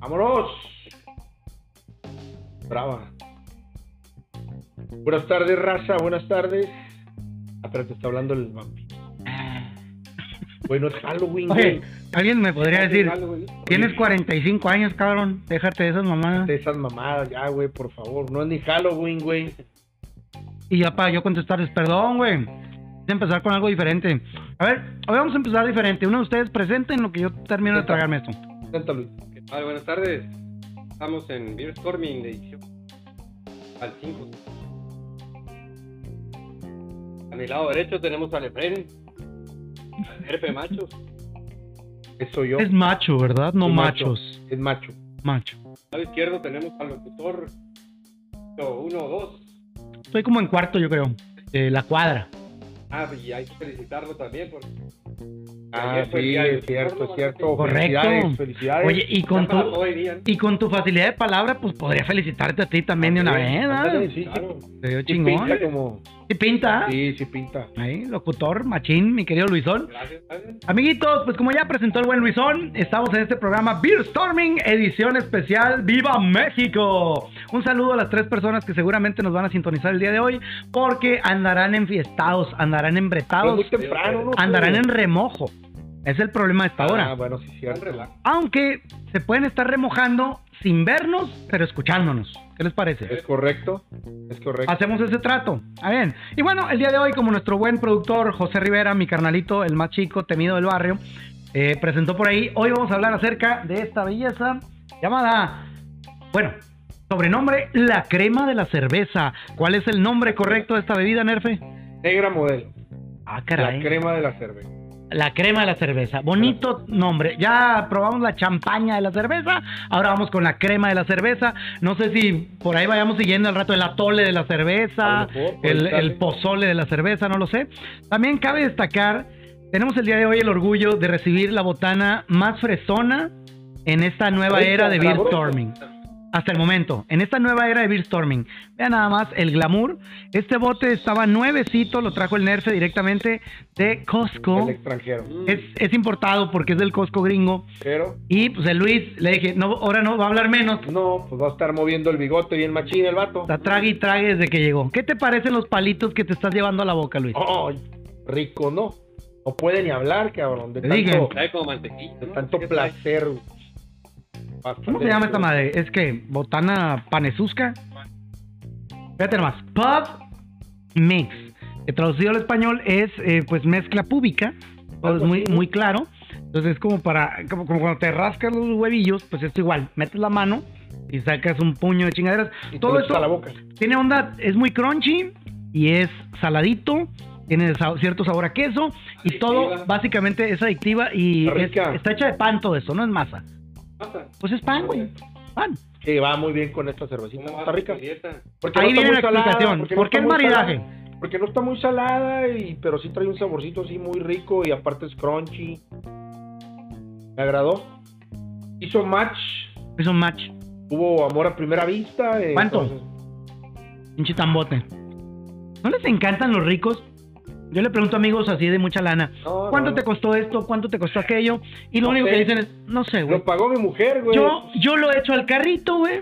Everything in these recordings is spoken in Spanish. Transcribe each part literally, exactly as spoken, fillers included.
¡Vámonos! Brava. Buenas tardes, raza, buenas tardes. Ah, pero te está hablando el vampiro. Bueno, es Halloween, Oye, güey. alguien me podría decir, Halloween. tienes cuarenta y cinco años, cabrón, déjate de esas mamadas. De esas mamadas, ya, güey, por favor. No es ni Halloween, güey. Y ya para yo contestarles, perdón, güey. Voy a empezar con algo diferente. A ver, hoy vamos a empezar diferente. Uno de ustedes presente en lo que yo termino de tragarme esto. Presenta, Luis. ¿Qué tal? Buenas tardes. Estamos en Beer Storming de edición al cinco. A mi lado derecho tenemos al Efren, al Herpe Machos. Eso yo. Es macho, ¿verdad? No Es macho. machos. Es macho. Macho. Al lado izquierdo tenemos al locutor uno o dos. Estoy como en cuarto, yo creo. De la cuadra. Ah, y hay que felicitarlo también porque Ah, ayer fue el sí, día del es cierto, locutor, es cierto. ¿no? Correcto. Felicidades, felicidades. Oye, y con Ya para tu todo el día, ¿no? y con tu facilidad de palabra, pues podría felicitarte a ti también de una vez, Ándale, ¿no? sí, Claro. Te dio sí, chingón. pinta como... ¿Sí pinta? Sí, sí pinta. Ahí, locutor, machín, mi querido Luisón. Gracias, gracias. Amiguitos, pues como ya presentó el buen Luisón, estamos en este programa Beer Storming, edición especial ¡Viva México! Un saludo a las tres personas que seguramente nos van a sintonizar el día de hoy, porque andarán enfiestados, andarán Pero embretados, muy temprano, ¿no? andarán en remojo. Es el problema de esta Ah, hora. bueno, sí, cierto. Relax. Aunque se pueden estar remojando sin vernos, pero escuchándonos. ¿Qué les parece? Es correcto, es correcto. Hacemos ese trato. Ah, bien. Y bueno, el día de hoy, como nuestro buen productor José Rivera, mi carnalito, el más chico, temido del barrio, eh, presentó por ahí, hoy vamos a hablar acerca de esta belleza llamada, bueno, sobrenombre, la crema de la cerveza. ¿Cuál es el nombre correcto de esta bebida, Nerfe? Negra modelo. Ah, caray. La crema de la cerveza. La crema de la cerveza. Bonito nombre. Ya probamos la champaña de la cerveza. Ahora vamos con la crema de la cerveza. No sé si por ahí vayamos siguiendo el rato el atole de la cerveza, A lo mejor, por el, ahí sale. el pozole de la cerveza, no lo sé. También cabe destacar, tenemos el día de hoy el orgullo de recibir la botana más fresona en esta nueva Rica, era de Beer sabrosa. Storming. Hasta el momento, en esta nueva era de Beer Storming. Vean nada más el glamour. Este bote estaba nuevecito, lo trajo el Nerfe directamente de Costco. El extranjero. Es, es importado porque es del Costco gringo. Pero, Y pues el Luis le dije, no, ahora no, va a hablar menos. no, pues va a estar moviendo el bigote bien machín el vato. La trague y trague desde que llegó. ¿Qué te parecen los palitos que te estás llevando a la boca, Luis? Ay, rico, ¿no? No puede ni hablar, cabrón. De Te dije. tanto, Trae como mantequilla, de ¿no? tanto ¿Qué trae? placer. ¿Cómo se llama esta madre? Es que, botana panezusca. Fíjate nomás. Pub Mix. Que traducido al español es, eh, pues, mezcla púbica. Todo es muy, muy claro. Entonces es como para, como, como cuando te rascas los huevillos, pues esto igual. Metes la mano y sacas un puño de chingaderas. Y Todo todo esto a la boca. tiene onda, es muy crunchy y es saladito. Tiene sa- cierto sabor a queso. Y Adictiva. todo básicamente es adictiva y Está es- rica. está hecha de pan todo eso, no es masa. Pasa. Pues es pan, güey. Pan. Que va muy bien con esta cervecita. ¿Cómo va Está tu rica. dieta? Porque Ahí no está viene muy la salada, explicación. porque ¿Por no qué el está muy maridaje? salada, porque no está muy salada, y, pero sí trae un saborcito así muy rico y aparte es crunchy. Me agradó. Hizo match. Es un match. Hubo amor a primera vista. eh, ¿Cuánto? entonces- Pinche tambote. ¿No les encantan los ricos? Yo le pregunto a amigos así de mucha lana. No, ¿Cuánto no, te no. costó esto? ¿Cuánto te costó aquello? Y lo No único sé. que dicen es, no sé, güey. Lo pagó mi mujer, güey. Yo, yo lo he hecho al carrito, güey.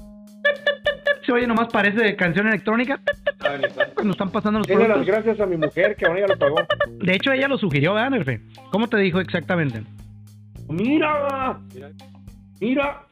Se oye, nomás parece de canción electrónica. Ah, ni pasa. Cuando están pasando los Denle las productos. gracias a mi mujer que ahora ya lo pagó. De hecho, ella lo sugirió, ¿verdad, Nerfe? ¿Cómo te dijo exactamente? Mira, Mira, mira.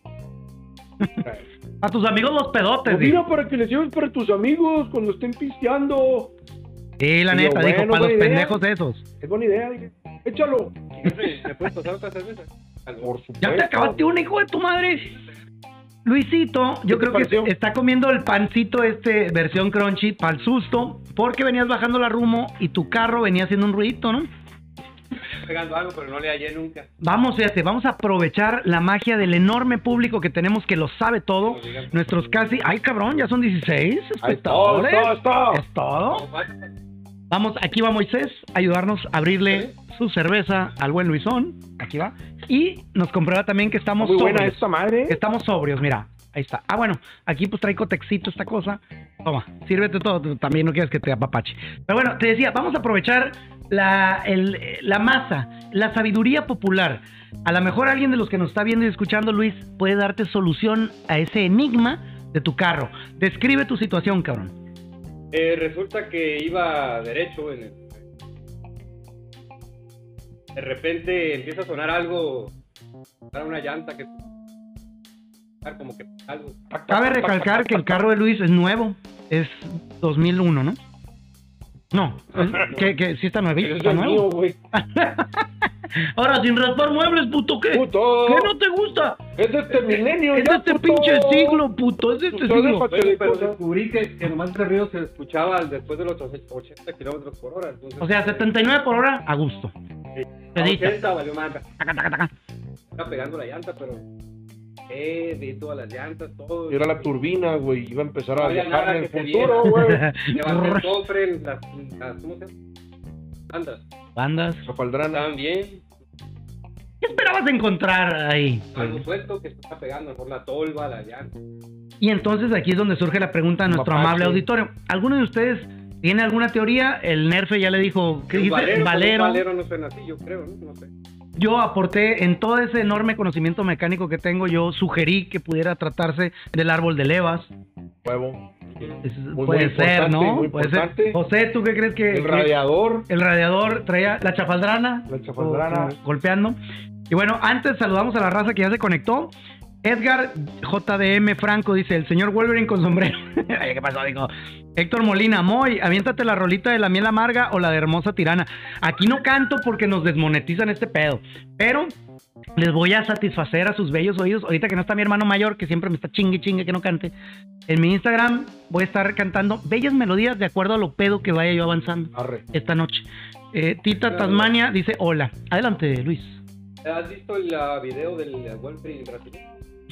A tus amigos los pedotes, Pues dijo. mira, para que les lleves para tus amigos cuando estén pisteando. Sí, la Y yo, neta, dijo, bueno, para los buena idea. pendejos esos. Es buena idea, dije. Échalo. Jefe, ¿me puedes pasar otra cerveza? Por supuesto. Ya te acabaste un hijo de tu madre. Luisito, yo ¿Qué te creo que pareció? está comiendo el pancito este, versión crunchy, para el susto, porque venías bajando la rumo y tu carro venía haciendo un ruidito, ¿no? Venía pegando algo, pero no le hallé nunca. Vamos, fíjate, vamos a aprovechar la magia del enorme público que tenemos que lo sabe todo. Nos digan. Nuestros casi... ¡Ay, cabrón! Ya son dieciséis Ahí está, todo, espectadores. todo, todo. ¿Es todo? ¿Cómo va? Vamos, aquí va Moisés a ayudarnos a abrirle su cerveza al buen Luisón. Aquí va. Y nos comprueba también que estamos Muy buena sobrios. esta madre. Que estamos sobrios, mira. Ahí está. Ah, bueno, aquí pues trae cotexito esta cosa. Toma, sírvete todo, tú también no quieres que te apapache. Pero bueno, te decía, vamos a aprovechar la, el, la masa, la sabiduría popular. A lo mejor alguien de los que nos está viendo y escuchando, Luis, puede darte solución a ese enigma de tu carro. Describe tu situación, cabrón. Eh, resulta que iba derecho en el... De repente empieza a sonar algo, sonar una llanta que... como que algo... Cabe recalcar que el carro de Luis es nuevo, es dos mil uno, ¿no? No, es, que, que sí está nuevito, está nuevo. Mío, ahora, sin raspar muebles, puto, ¿qué? Puto. ¿Qué no te gusta? Es de este milenio, es ya, de este puto. pinche siglo, puto, es de este siglo. Bueno, pero descubrí que, que nomás el ruido se escuchaba después de los ochenta kilómetros por hora. Entonces, o sea, setenta y nueve por hora, a gusto. Sí. A ochenta valió manga. Taca, taca, taca. Está pegando la llanta, pero... Eh, de todas las llantas, todo. Era la turbina, güey, iba a empezar a no viajar en el futuro, güey. Levanté el cofre, las, las, ¿cómo se llama? Bandas. Bandas. Chafaldrana. Estaban bien. ¿Qué esperabas encontrar ahí? Algo suelto que se está pegando, por la tolva, la llanta. Y entonces aquí es donde surge la pregunta de nuestro Mapache. amable auditorio. ¿Alguno de ustedes tiene alguna teoría? El Nerfe ya le dijo, ¿qué dice? Valero. Valero. Valero no suena así, yo creo, ¿no? No sé. Yo aporté en todo ese enorme conocimiento mecánico que tengo, yo sugerí que pudiera tratarse del árbol de levas. Huevo. Es, Muy, puede muy ser, ¿no? muy Puede ser. importante. José, ¿tú qué crees que...? El radiador. El radiador traía la chafaldrana. La chafaldrana. O, o, golpeando. Y bueno, antes saludamos a la raza que ya se conectó. Edgar J D M Franco dice, el señor Wolverine con sombrero. Ay, ¿qué pasó? Dijo Héctor Molina, Moy, aviéntate la rolita de la miel amarga o la de Hermosa Tirana. Aquí no canto porque nos desmonetizan este pedo, pero les voy a satisfacer a sus bellos oídos. Ahorita que no está mi hermano mayor, que siempre me está chingue chingue que no cante, en mi Instagram voy a estar cantando bellas melodías de acuerdo a lo pedo que vaya yo avanzando. Arre. Esta noche. eh, Tita Tasmania dice hola. Adelante, Luis. ¿Has visto el uh, video del Wolverine brasileño?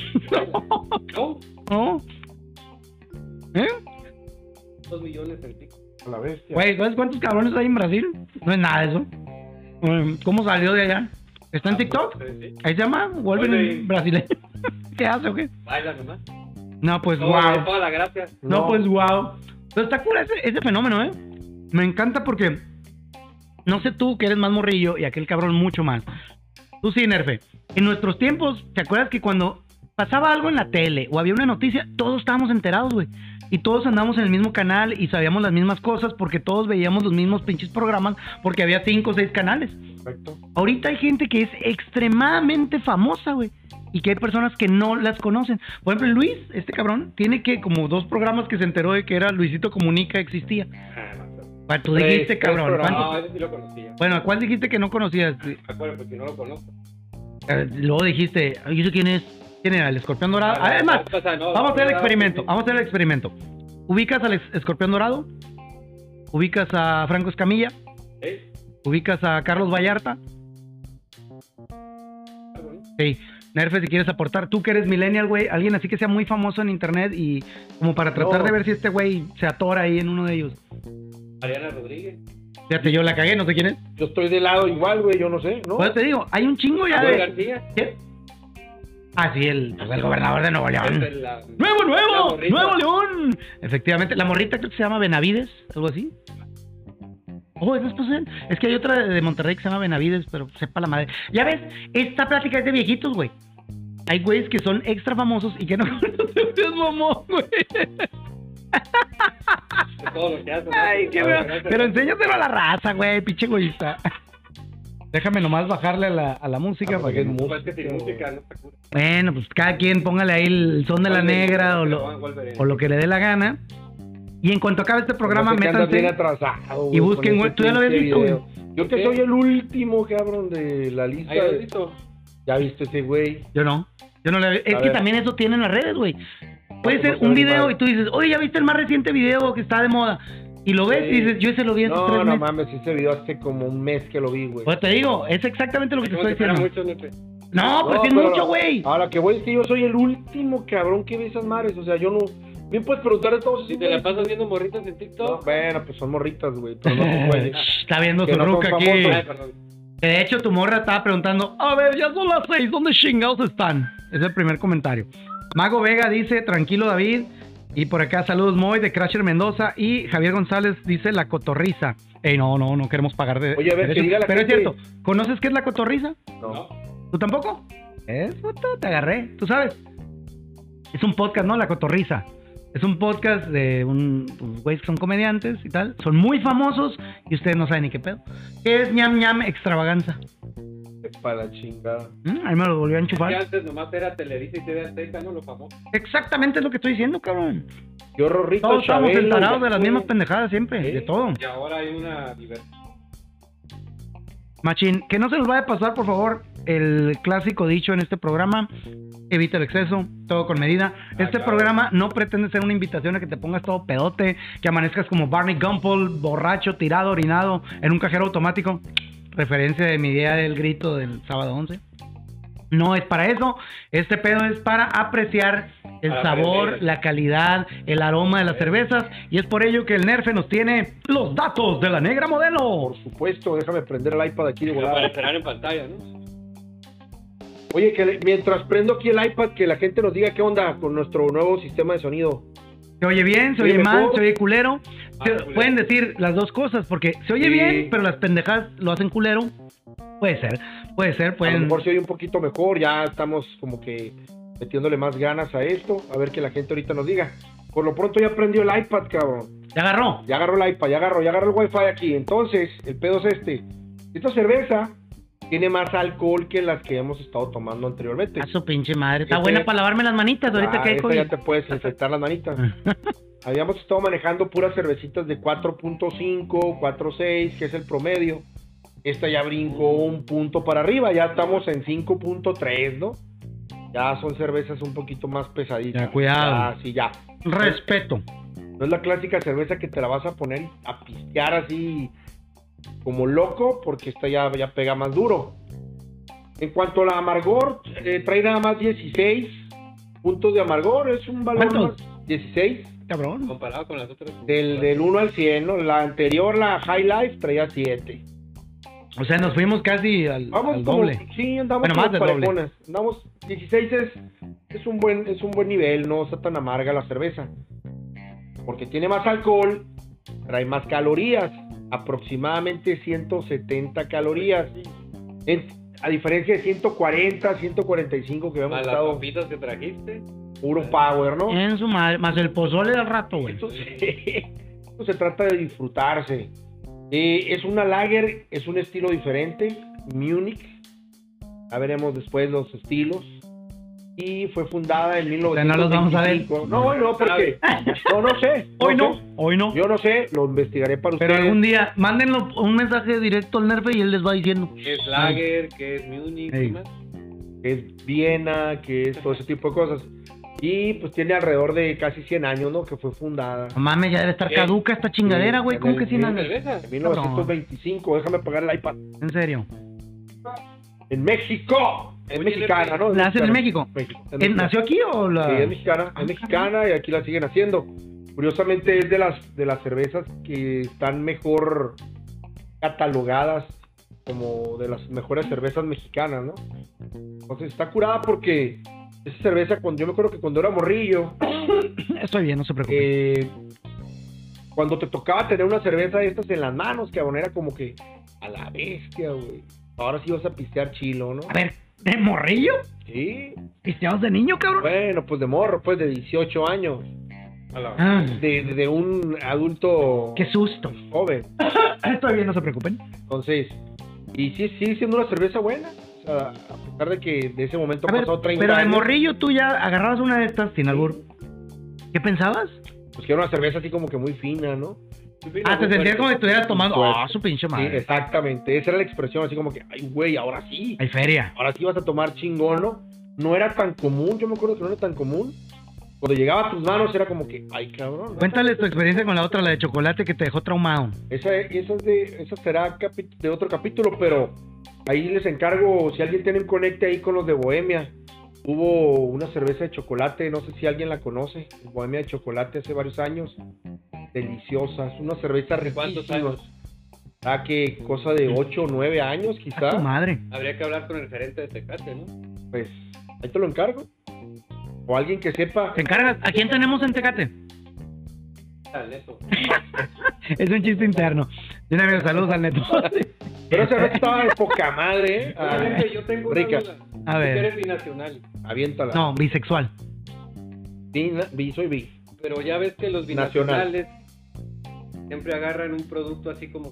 No. ¿No? ¿Eh? Dos millones en TikTok. A la bestia. Güey, ¿sabes cuántos cabrones hay en Brasil? No es nada eso. ¿Cómo salió de allá? ¿Está en TikTok? Sí. Ahí se llama Wolverine Wolverine. brasileño. ¿Qué hace o qué? Baila nomás. No, pues No, wow. toda la gracia. No, No. pues wow. Pero está cool ese, ese fenómeno, ¿eh? Me encanta porque no sé tú que eres más morrillo y aquel cabrón mucho más. Tú sí, Nerfe. En nuestros tiempos, ¿te acuerdas que cuando pasaba algo en la tele o había una noticia, todos estábamos enterados, güey? Y todos andábamos en el mismo canal y sabíamos las mismas cosas porque todos veíamos los mismos pinches programas porque había cinco o seis canales. Perfecto. Ahorita hay gente que es extremadamente famosa, güey, y que hay personas que no las conocen. Por ejemplo, Luis, este cabrón, tiene que como dos programas que se enteró de que era Luisito Comunica existía. Ah, no sé. Bueno, tú dijiste, Tres, cabrón. tres ¿cuántos? No, ese sí lo conocía. Bueno, ¿a cuál dijiste que no conocías? Me acuerdo porque no lo conozco. Eh, Luego dijiste, ¿y eso quién es? ¿Quién era? ¿El escorpión dorado? Además, O sea, no, vamos a hacer el no, experimento. sí. Vamos a hacer el experimento. ¿Ubicas al ex- escorpión dorado? ¿Ubicas a Franco Escamilla? ¿Eh? ¿Ubicas a Carlos Vallarta? Algo, ¿no? Sí. Nerfe, si quieres aportar, tú que eres millennial, güey, alguien así que sea muy famoso en internet y como para tratar No. de ver si este güey se atora ahí en uno de ellos. Mariana Rodríguez. Fíjate, yo la cagué, no sé quién es. Yo estoy de lado igual, güey, yo no sé, ¿no? Pues te digo, hay un chingo ya Manuel de... García. ¿Qué? Ah, sí, el, pues, el gobernador de Nuevo Es León. de la- ¡Nuevo, la nuevo! morrita. ¡Nuevo León! Efectivamente, la morrita creo que se llama Benavides, algo así. Oh, ¿es después de él? Es que hay otra de de Monterrey que se llama Benavides, pero sepa la madre. Ya ves, esta plática es de viejitos, güey. Hay güeyes que son extra famosos y que no conocen es mamón, güey. de todo lo que hace. Ay, qué A veo. ver, gracias. Pero enséñaselo a la raza, güey, pinche egoísta. Déjame nomás bajarle a la, a la música Ah, para que... porque Pues es que sin música no está cura. Bueno, pues cada quien póngale ahí el son de la Wolverine, negra o lo, Wolverine. o lo que le dé la gana. Y en cuanto acabe este programa, No sé que andas bien métanse. atrasado, güey, y busquen, con güey, ese tú ya lo habías pinche visto, video. güey. Yo que ¿Qué? soy el último, cabrón, de la lista. Ahí lo has de- visto. Ya viste ese güey. Yo no. Yo no le Es A que ver. también eso tienen las redes, güey. Puede No, ser no se un ve video mal. y tú dices, oye, ¿ya viste el más reciente video que está de moda? Y lo ves Sí. y dices, yo ese lo vi hace No, tres no meses. mames, ese video hace como un mes que lo vi, güey. Pues te digo, es exactamente lo que te Como estoy si fuera diciendo. mucho, Nepe. No, pues sí es pero- mucho, güey. Ahora que voy es que yo soy el último cabrón que ve esas madres. O sea, yo no. Bien puedes preguntar de todos Si esos te la güeyes. pasas viendo morritas en No, TikTok. bueno, pues son morritas, güey. Pero no son güeyes. Está viendo Que su no son ruca aquí. famosos. Ay, perdón. Que de hecho tu morra estaba preguntando, a ver, ya son las seis, ¿dónde chingados están? Es el primer comentario. Mago Vega dice, tranquilo David, Y por acá, saludos Moy de Crasher Mendoza. Y Javier González dice la cotorriza. Ey, no, no, no queremos pagar de. Oye, a ver, que diga la Pero gente... es cierto, ¿conoces qué es la cotorriza? No. ¿Tú tampoco? Es puto, te agarré, ¿tú sabes? Es un podcast, ¿no? La cotorriza. Es un podcast de un pues, güeyes que son comediantes y tal. Son muy famosos y ustedes no saben ni qué pedo. ¿Qué es ñam ñam extravaganza? Para la chingada. ¿Mm? Ahí me lo volvió a enchufar. Que antes nomás era Televisa y T V Azteca, ¿no? Lo famoso. Exactamente es lo que estoy diciendo, cabrón. Yo, Rorrito, Todos estamos Chabelo, enterados de las Yakult. mismas pendejadas siempre, Sí. de todo. Y ahora hay una diversidad. Machín, que no se nos vaya a pasar, por favor, el clásico dicho en este programa: evita el exceso, todo con medida. Ah, Este claro. programa no pretende ser una invitación a que te pongas todo pedote, que amanezcas como Barney Gumble, borracho, tirado, orinado, en un cajero automático. Referencia de mi día del grito del sábado once. No es para eso, este pedo es para apreciar el Para sabor, aprender. la calidad, el aroma de las cervezas, y es por ello que el Nerfe nos tiene los datos de la negra modelo. Por supuesto, déjame prender el iPad aquí de Pero volada. para esperar en pantalla, ¿no? Oye, que le- mientras prendo aquí el iPad, que la gente nos diga qué onda con nuestro nuevo sistema de sonido. Se oye bien, se Oye, oye mal, mejor. se oye culero. Ah, Se- culero. Pueden decir las dos cosas, porque se oye Sí. bien, pero las pendejas lo hacen culero. Puede ser, puede ser, A lo pueden... mejor se oye un poquito mejor, ya estamos como que metiéndole más ganas a esto, a ver que la gente ahorita nos diga. Por lo pronto ya prendió el iPad, cabrón. ¿Ya agarró? Ya agarró el iPad, ya agarró, ya agarró el Wi-Fi aquí. Entonces, el pedo es este. Esta cerveza tiene más alcohol que las que hemos estado tomando anteriormente. A su pinche madre. Está Este- buena para lavarme las manitas ahorita Ah, que hay esta COVID. ya te puedes infectar las manitas. Habíamos estado manejando puras cervecitas de cuatro punto cinco, cuatro punto seis, que es el promedio. Esta ya brincó un punto para arriba, ya estamos en cinco punto tres, ¿no? Ya son cervezas un poquito más pesaditas. Ya, cuidado. Ah, sí, ya. Respeto. No es la clásica cerveza que te la vas a poner a pistear así como loco, porque esta ya, ya pega más duro. En cuanto a la amargor, eh, trae nada más dieciséis puntos de amargor, es un valor ¿Cuántos? más- dieciséis. Cabrón. Comparado con las otras. Del, del uno al cien, ¿no? La anterior, la High Life, traía siete. O sea, nos fuimos casi al, Vamos al como- doble. Sí, andamos Bueno, como más del doble. parejones. Andamos, dieciséis es, es un buen es un buen nivel, no está tan amarga la cerveza. Porque tiene más alcohol, trae más calorías, aproximadamente ciento setenta calorías. En- a diferencia de ciento cuarenta, ciento cuarenta y cinco que habíamos Más las estado papitas que trajiste. puro power, ¿no? En su madre, más el pozole del rato, güey. Esto se, esto se trata de disfrutarse. Eh, es una lager, es un estilo diferente, Múnich. Ya veremos después los estilos. Y fue fundada en mil sea, no novecientos los vamos a ver. veinticinco. No, hoy no, porque no, no sé. Hoy no, sé. hoy no. Yo no sé, lo investigaré para Pero ustedes. algún día, mándenlo un mensaje directo al Nerfe y él les va diciendo. ¿Qué es Lager? ¿Qué es Munich? Ey. ¿Qué más? Que es Viena, que es todo ese tipo de cosas. Y pues tiene alrededor de casi cien años, ¿no? Que fue fundada. No mames, ya debe estar Eh, caduca esta chingadera, güey. en ¿Cómo el que cien mil- años? cerveza? En mil novecientos veinticinco, déjame apagar el iPad. En serio. En México. Es Oye, mexicana, ¿no? Es ¿La hacen en mexicana. México? México, es ¿Eh, mexicana. ¿Nació aquí o la...? Sí, es mexicana, Ah, es mexicana y aquí la siguen haciendo. Curiosamente es de las de las cervezas que están mejor catalogadas como de las mejores cervezas mexicanas, ¿no? Entonces está curada porque esa cerveza, cuando yo me acuerdo que cuando era morrillo, Estoy bien, no se preocupe. eh, cuando te tocaba tener una cerveza de estas en las manos, cabrón, era como que a la bestia, güey. Ahora sí vas a pistear chilo, ¿no? A ver, ¿de morrillo? Sí. ¿Pisteamos de niño, cabrón? Bueno, pues de morro, pues de dieciocho años. A la- Ah, De, de, de un adulto qué susto. joven. Estoy bien, no se preocupen. Entonces, y sí, sigue siendo una cerveza buena. O sea, a pesar de que de ese momento A han ver, pasado treinta pero de años. morrillo tú ya agarrabas una de estas sin albur. ¿Qué pensabas? Pues que era una cerveza así como que muy fina, ¿no? Ah, te sentías como si estuvieras tomando. Fuerte. Ah, su pinche Sí, madre. exactamente. Esa era la expresión, así como que, ay, güey, ahora sí. Hay feria. Ahora sí vas a tomar chingón, ¿no? No era tan común, yo me acuerdo que no era tan común. Cuando llegaba a tus manos era como que, ay, cabrón. ¿no? Cuéntales tu experiencia con la otra, la de chocolate que te dejó traumado. Esa, esa, es de, esa será capi- de otro capítulo, pero ahí les encargo, si alguien tiene un conecte ahí con los de Bohemia. Hubo una cerveza de chocolate, no sé si alguien la conoce, Bohemia de chocolate hace varios años. Deliciosa, es una cerveza ¿Hace cuántos riquísima. años? Ah, que cosa de ocho o nueve años A tu quizá. madre. Habría que hablar con el gerente de Tecate, ¿no? Pues ahí te lo encargo. O alguien que sepa. ¿Te encargas? ¿A quién tenemos en Tecate? Al Neto. Es un chiste interno. De un amigo, saludos al Neto. Pero ese reto estaba de poca madre, ¿eh? A Oye, ver, yo tengo una Rica, duda. A Tú ver. que eres binacional, aviéntala. No, bisexual. Bi, bi, soy bi. pero ya ves que los Nacional. binacionales siempre agarran un producto así como...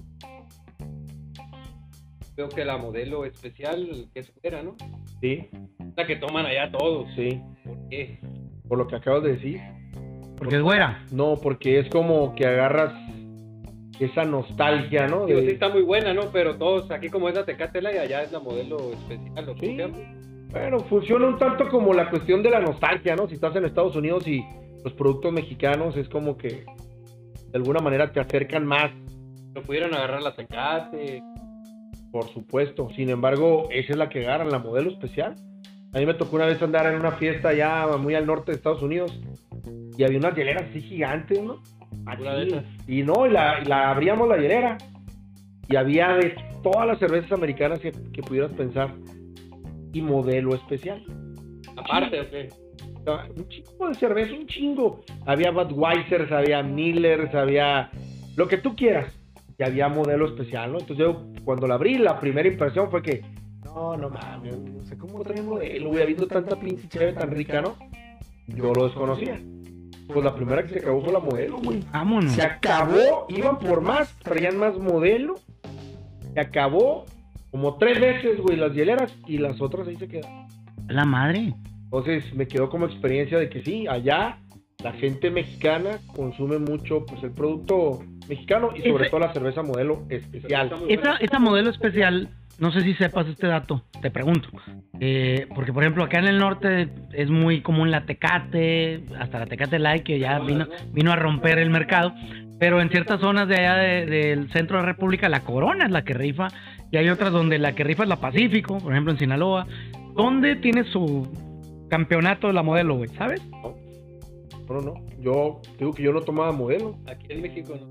Creo que la modelo especial que es fuera, ¿no? Sí, La que toman allá todos. sí. ¿Por qué? Por lo que acabas de decir. Porque es güera. No, porque es como que agarras esa nostalgia, ¿no? Digo, De- sí está muy buena, ¿no? Pero todos, aquí como es la Tecate Light, allá es la modelo especial. ¿O Sí. qué se llama? Bueno, funciona un tanto como la cuestión de la nostalgia, ¿no? Si estás en Estados Unidos y los productos mexicanos es como que de alguna manera te acercan más, Pero pudieran agarrar la Tecate. por supuesto. Sin embargo, esa es la que agarran, la modelo especial. A mí me tocó una vez andar en una fiesta allá muy al norte de Estados Unidos y había unas hieleras así gigantes, ¿no? Una de Así. esas. Y no, y la, y la abríamos la hielera y había de todas las cervezas americanas que, que pudieras pensar y modelo especial. Aparte, ¿o qué? O sea, un chingo de cerveza, un chingo. Había Budweiser, había Miller, había lo que tú quieras. Y había modelo especial, ¿no? Entonces yo cuando la abrí, la primera impresión fue que no, no mames, no sé cómo trae modelo, güey, habiendo tanta pinche chévere tan rica, ¿no? Yo lo desconocía. Pues la primera que se acabó fue la modelo, güey. Vámonos. Se acabó, iban por más, traían más modelo. Se acabó como tres veces, güey, las hieleras y las otras ahí se quedan. La madre. Entonces me quedó como experiencia de que sí, allá la gente mexicana consume mucho pues el producto mexicano y sobre Ese- todo la cerveza modelo especial. Está muy Esa, buena. esa modelo especial, no sé si sepas este dato, te pregunto. Eh, porque, por ejemplo, acá en el norte es muy común la Tecate, hasta la Tecate Light, que ya vino, vino a romper el mercado. Pero en ciertas zonas de allá de- del centro de la República, la Corona es la que rifa. Y hay otras donde la que rifa es la Pacífico, por ejemplo en Sinaloa. ¿Dónde tiene su campeonato de la modelo, güey? ¿Sabes? No, no, no. Yo digo que yo no tomaba modelo. Aquí en México, ¿no?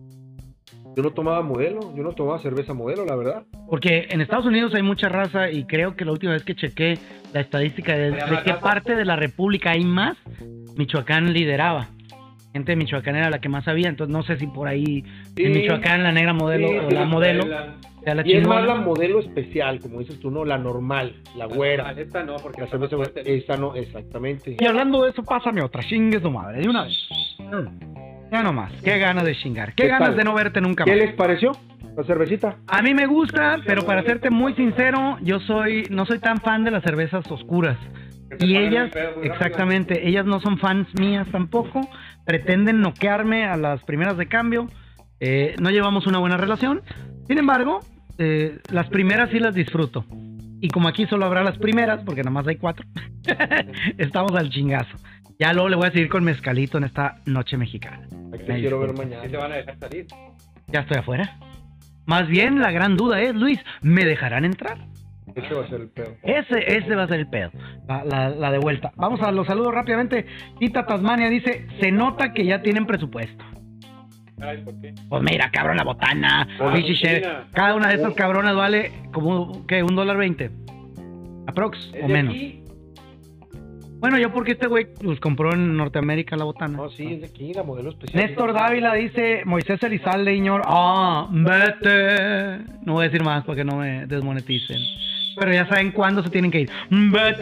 Yo no tomaba modelo. Yo no tomaba cerveza modelo, la verdad. Porque en Estados Unidos hay mucha raza y creo que la última vez que chequé la estadística de, Hay de más qué raza. parte de la República hay más, Michoacán lideraba. Gente de Michoacán era la que más sabía, entonces no sé si por ahí Sí. en Michoacán la negra modelo Sí, o la modelo La- sea la Y es más chingona. la modelo especial, como dices tú, no, la normal, la güera. Esta no, porque La está más cerveza fuerte. esta no, exactamente. Y hablando de eso, pásame otra, chingue su madre, de una vez. Ya nomás, qué ganas de chingar, qué, ¿Qué ganas tal? de no verte nunca ¿Qué más. les pareció la cervecita? A mí me gusta, pero para serte muy sincero, yo soy no soy tan fan de las cervezas oscuras. Que te Y ponen ellas, un pedo muy rápido. exactamente, ellas no son fans mías tampoco, pretenden noquearme a las primeras de cambio, eh, no llevamos una buena relación, sin embargo, eh, las primeras sí las disfruto. Y como aquí solo habrá las primeras, porque nada más hay cuatro, estamos al chingazo. Ya luego le voy a seguir con mezcalito en esta noche mexicana. Aquí Me quiero ver disculpas. Sí mañana. se van a dejar salir. Ya estoy afuera. Más bien, la gran duda es, Luis, ¿me dejarán entrar? Ese va a ser el pedo. Ese, ese va a ser el pedo, la, la, la de vuelta. Vamos a los saludos rápidamente. Tita Tasmania dice, se nota que ya tienen presupuesto. Ay, ¿por qué? Pues mira, cabrón, la botana, Ah, Vichy Chef. botana. Cada una de estas cabronas vale como, ¿qué? ¿Un dólar veinte? ¿Aprox? ¿Es ¿O de menos? aquí? Bueno, yo porque este güey pues, compró en Norteamérica la botana. No, sí, es de aquí, la modelo especial. Néstor Dávila dice, Moisés Elizalde, señor, ah, vete. No voy a decir más para que no me desmoneticen. Pero ya saben cuándo se tienen que ir. Vete,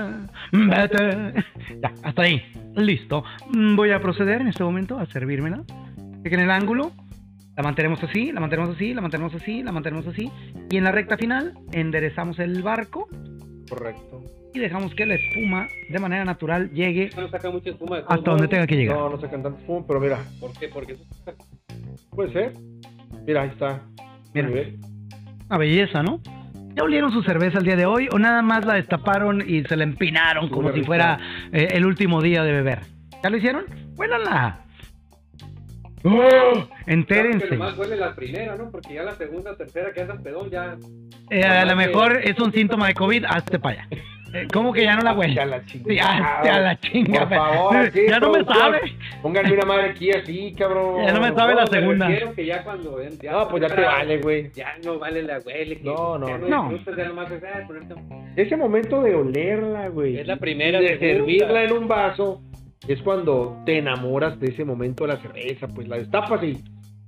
vete. Ya, hasta ahí. Listo. Voy a proceder en este momento a servírmela. En el ángulo, la mantenemos así, la mantenemos así, la mantenemos así, la mantenemos así. Y en la recta final, enderezamos el barco Correcto. y dejamos que la espuma, de manera natural, llegue No saca mucha espuma de todos hasta donde modos. tenga que llegar. No, no sacan tanto fumo, pero mira, ¿Por qué? Porque eso saca- puede ser. Mira, ahí está. Mira. Muy bien. Una belleza, ¿no? ¿Ya olieron su cerveza el día de hoy o nada más la destaparon y se la empinaron como Una si rica. fuera eh, el último día de beber? ¿Ya lo hicieron? ¡Huélala! ¡Oh! Claro que Entérense. nomás huele la primera, ¿no? Porque ya la segunda, tercera que andas pedón ya... Eh, a lo mejor es un síntoma de COVID, hazte para allá. Eh, ¿Cómo que ya no la huele? Ya la Sí, chingada. hazte a la chinga. Por pe- favor, sí, ya no me producción. sabe. Pónganme una madre aquí así, cabrón. Ya no me sabe la No, me segunda. refiero que ya cuando... Ya No, pues ya te vale, güey. Ya no vale la huele. que No, no, ya no. No. disfrutas, ya nomás es, ah, ponerte- Ese momento de olerla, güey. Es la primera, De segunda. servirla en un vaso es cuando te enamoras de ese momento de la cerveza, pues la destapas y...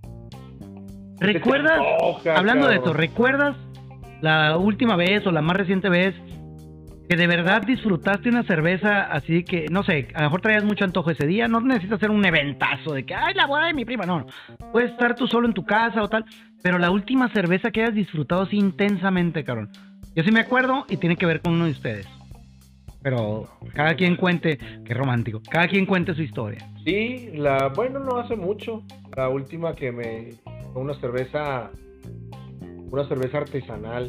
¿Recuerdas, antoja, hablando cabrón. de eso, recuerdas la última vez o la más reciente vez que de verdad disfrutaste una cerveza así que, no sé, a lo mejor traías mucho antojo ese día, no necesitas hacer un eventazo de que, ay, la boda de mi prima, no, no, puedes estar tú solo en tu casa o tal, pero la última cerveza que hayas disfrutado así intensamente, cabrón. Yo sí me acuerdo y tiene que ver con uno de ustedes, pero cada quien cuente, qué romántico, cada quien cuente su historia. Sí, la, bueno, no hace mucho, la última que me, fue una cerveza, una cerveza artesanal,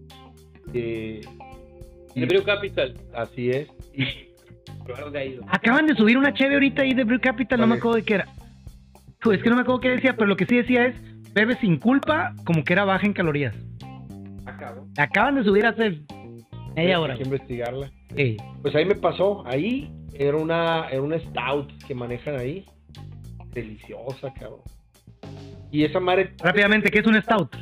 eh, The Brew Capital. así es, y Probaron de ahí. Acaban de subir una cheve ahorita ahí de Brew Capital, no me ¿Cuál es? acuerdo de qué era. Pues es que no me acuerdo qué decía, pero lo que sí decía es, bebe sin culpa, como que era baja en calorías. Ah, cabrón. Acaban de subir hace media hora. hay que investigarla. Sí. Pues ahí me pasó, ahí era una, era una stout que manejan ahí, deliciosa, cabrón. Y esa madre Rápidamente, ¿qué es un stout?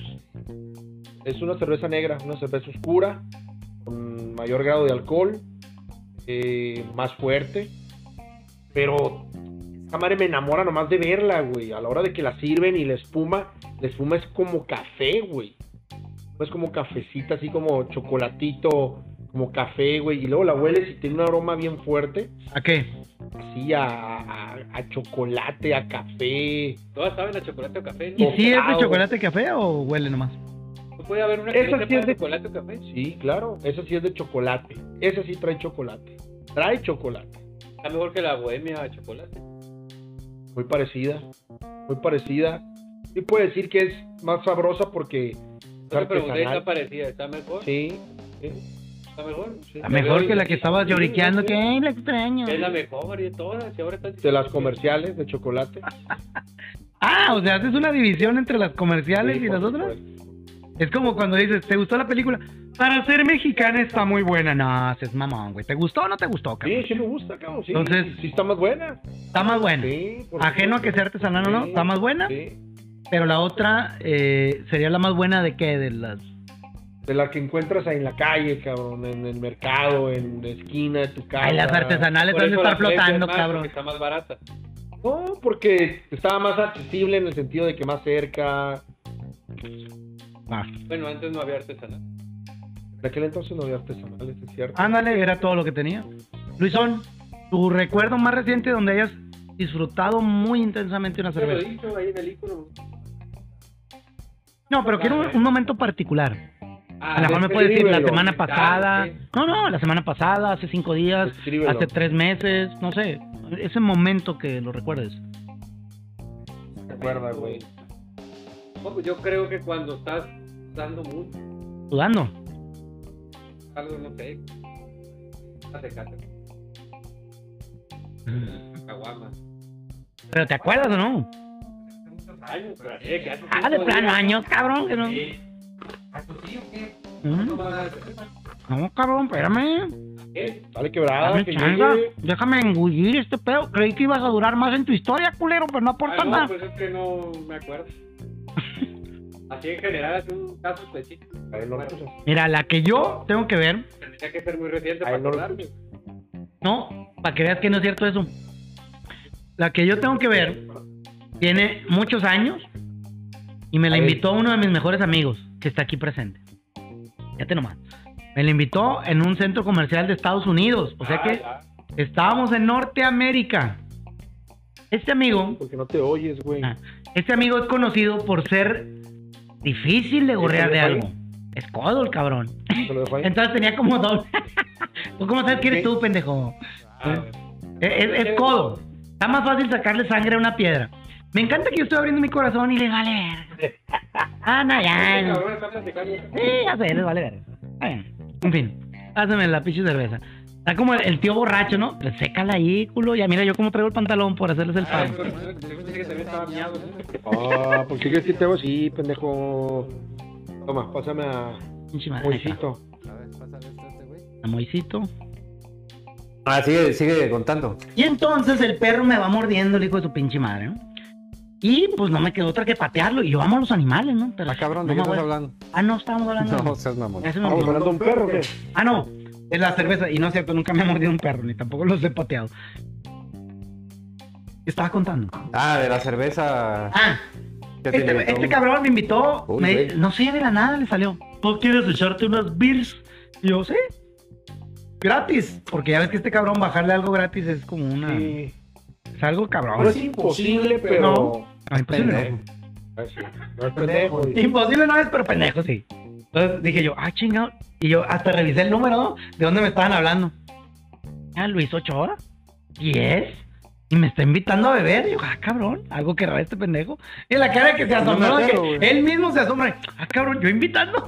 es una cerveza negra, una cerveza oscura, con mayor grado de alcohol, eh, más fuerte, pero esa madre me enamora nomás de verla, güey. A la hora de que la sirven y la espuma, la espuma es como café, güey. Es como cafecita, así como chocolatito, como café, güey. Y luego la hueles y tiene un aroma bien fuerte, ¿A qué? así a, a, a chocolate, a café. Todas saben a chocolate o café, ¿Y ¿no? si es de Tostado. chocolate café o huele nomás? ¿No puede haber una Esa que no sí sepa es de- chocolate o café? Sí, claro, esa sí es de chocolate. Esa sí trae chocolate. Trae chocolate. Está mejor que la bohemia a chocolate. Muy parecida, muy parecida. Sí puedo decir que es más sabrosa porque es No te pregunté, artesanal. está parecida, ¿está mejor? Sí, sí, ¿Está mejor? sí. La mejor que la que estabas Sí, lloriqueando, sí. que ay, la extraño. Es la mejor y de todas, y ahora estás De las diciendo que- comerciales de chocolate. Ah, o sea, haces una división entre las comerciales Sí, y por las otras. supuesto. Es como cuando dices, ¿te gustó la película? Para ser mexicana está muy buena. No, es mamón, güey. ¿Te gustó o no te gustó, cabrón? Sí, sí me gusta, cabrón. Sí, Entonces- sí está más buena. Está más buena. Sí, por Ajeno a supuesto. que sea artesanal o no, Sí, está más buena. Sí. Pero la otra eh, sería la más buena de qué, de las... De la que encuentras ahí en la calle, cabrón, en el mercado, en la esquina de tu casa. Ay, las artesanales Por han de eso estar la Flex flotando, es más, cabrón. porque está más barata. No, porque estaba más accesible en el sentido de que más cerca. Ah, Bueno, antes no había artesanal. En aquel entonces no había artesanales, es cierto. ándale, era todo lo que tenía. Luisón, tu recuerdo más reciente donde hayas disfrutado muy intensamente una Te lo he cerveza. dicho ahí en el icono. No, pero quiero un, un momento particular. Ah, A lo mejor me puedes decir la escríbelo. semana pasada. sí. No, no, la semana pasada, hace cinco días, Escríbelo. hace tres meses, no sé. Ese momento que lo recuerdes. ¿Te acuerdas, güey? No, pues yo creo que cuando estás dando mucho, Sudando. algo, no sé, estás de cata, caguama. Pero ¿te acuerdas o no? Hace muchos años, pero eh, que hace Ah, de cinco plano días. años, cabrón. Que no. Sí. ¿A tu tío qué? ¿Mm? ¿No vas a dar cerveza? No, cabrón, espérame. ¿Qué? Dale quebrada, Dame que chance. llegue. Déjame engullir este pedo. Creí que ibas a durar más en tu historia, culero, pero no aporta Ah, no, nada. pues es que no me acuerdo. Así en general, es un caso específico. Ahí no lo Bueno, escuchas. Mira, la que yo tengo que ver, tendría que ser muy reciente Ahí para no lo acordarme. no, para que veas que no es cierto eso. La que yo tengo que ver tiene muchos años y me la A ver. invitó uno de mis mejores amigos que está aquí presente. Fíjate nomás. Me la invitó en un centro comercial de Estados Unidos. O sea Ah, que ya. estábamos en Norteamérica. Este amigo, Porque no te oyes, güey. ah, este amigo es conocido por ser difícil de gorrear de ¿Y se lo algo. dejó Es codo el cabrón. Te lo dejo ahí. Entonces tenía como doble. ¿Tú cómo sabes que eres tú, pendejo? Ah, Es, es- es codo. Está más fácil sacarle sangre a una piedra. Me encanta que yo estoy abriendo mi corazón y le vale verga. Ah, no, ya. este no. cabrón está platicando. Sí, ya sé, les vale verga. Está bien. En fin, hazme la pinche cerveza. Está como el, el tío borracho, ¿no? Pues sécala ahí, culo. Ya mira yo cómo traigo el pantalón por hacerles el Ay, pavo. pero yo pensé que también estaba miado. Ah, ¿por qué crees que te hago así, pendejo? Toma, pásame a Pinche madre. ahí está. Moisito. A ver, pásale esto a este güey. A Moisito. Ah, sigue, sigue contando. Y entonces el perro me va mordiendo el hijo de su pinche madre, ¿no? Y pues no me quedó otra que patearlo. Y yo amo a los animales, ¿no? Pero Ah, cabrón, no ¿de qué me estás voy a- hablando? Ah, no, estábamos hablando. No, seas mamón. Ya se me ¿Vamos olvidó. hablando de un perro o qué? Ah, no, es la cerveza. Y no es cierto, nunca me ha mordido un perro, ni tampoco los he pateado. estaba contando. Ah, de la cerveza. Ah, ¿Qué te este, invitó? este cabrón me invitó, Uy, me- güey. no sé, de la nada le salió. ¿No quieres echarte unas beers? Y yo, sí. Gratis. Porque ya ves que este cabrón bajarle algo gratis es como una... Sí. Es algo cabrón. No es imposible, pero. No. Ah, imposible. Pendejo. Ay, sí. No es pendejo. no. Imposible no es, pero pendejo sí. Entonces dije yo, ah, chingado. Y yo hasta revisé el número, ¿no? De dónde me estaban hablando. Ah, Luis Ochoa. ¿diez? Y me está invitando a beber. Y yo, ah, cabrón, algo que rara este pendejo. Y la cara que se No me asombró, que acuerdo, güey. él mismo se asombra. Ah, cabrón, yo invitando.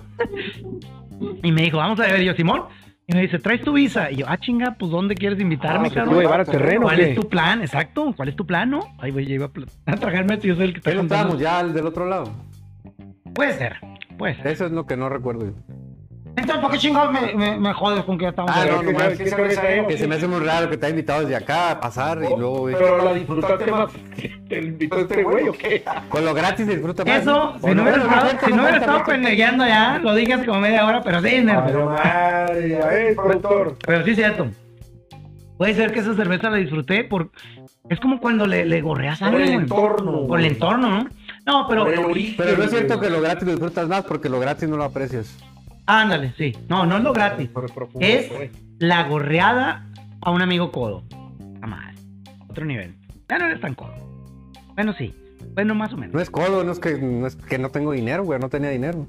Y me dijo, vamos a beber. Y yo, Simón. Y me dice, ¿traes tu visa? Y yo, ah, chinga, pues ¿dónde quieres invitarme, Ah, ¿te iba a cabrón? llevar a terreno? ¿Cuál ¿Qué? es tu plan? Exacto, ¿cuál es tu plan, no? Ay, güey, yo iba a, pl- a tragarme esto, yo soy el que está Pero contando. estábamos ya al del otro lado. Puede ser, puede ser. Eso es lo que no recuerdo. Entonces, ¿por qué chingados me, me, me jodes con que ya estamos Ah, bebiendo? no, ¿qué nomás sabes- qué sabes a él? que se me hace muy raro que te ha invitado desde acá a pasar y luego, güey. Pero la disfrutaste más. ¿Te invitó este güey o qué? Con lo gratis disfruta más. Eso, si O no hubiera no, estado, no, si no, no hubiera no, estado no, pendejeando ya, lo dije hace como media hora, pero sí, nerd. Ay, madre, a ver, productor. Pero sí es cierto. Puede ser que esa cerveza la disfruté por... Es como cuando le, le gorreas Por sangre, el güey. entorno. Por el entorno, ¿no? No, pero... Por el origen. Pero no es cierto que lo gratis lo disfrutas más porque lo gratis no lo aprecias. Ándale, sí. No, no es lo gratis. Por el profundo, Es güey. la gorreada a un amigo codo. A madre. Otro nivel. Ya no eres tan codo. Bueno, sí. Bueno, más o menos. No es codo, no es que no, es que no tengo dinero, güey, no tenía dinero.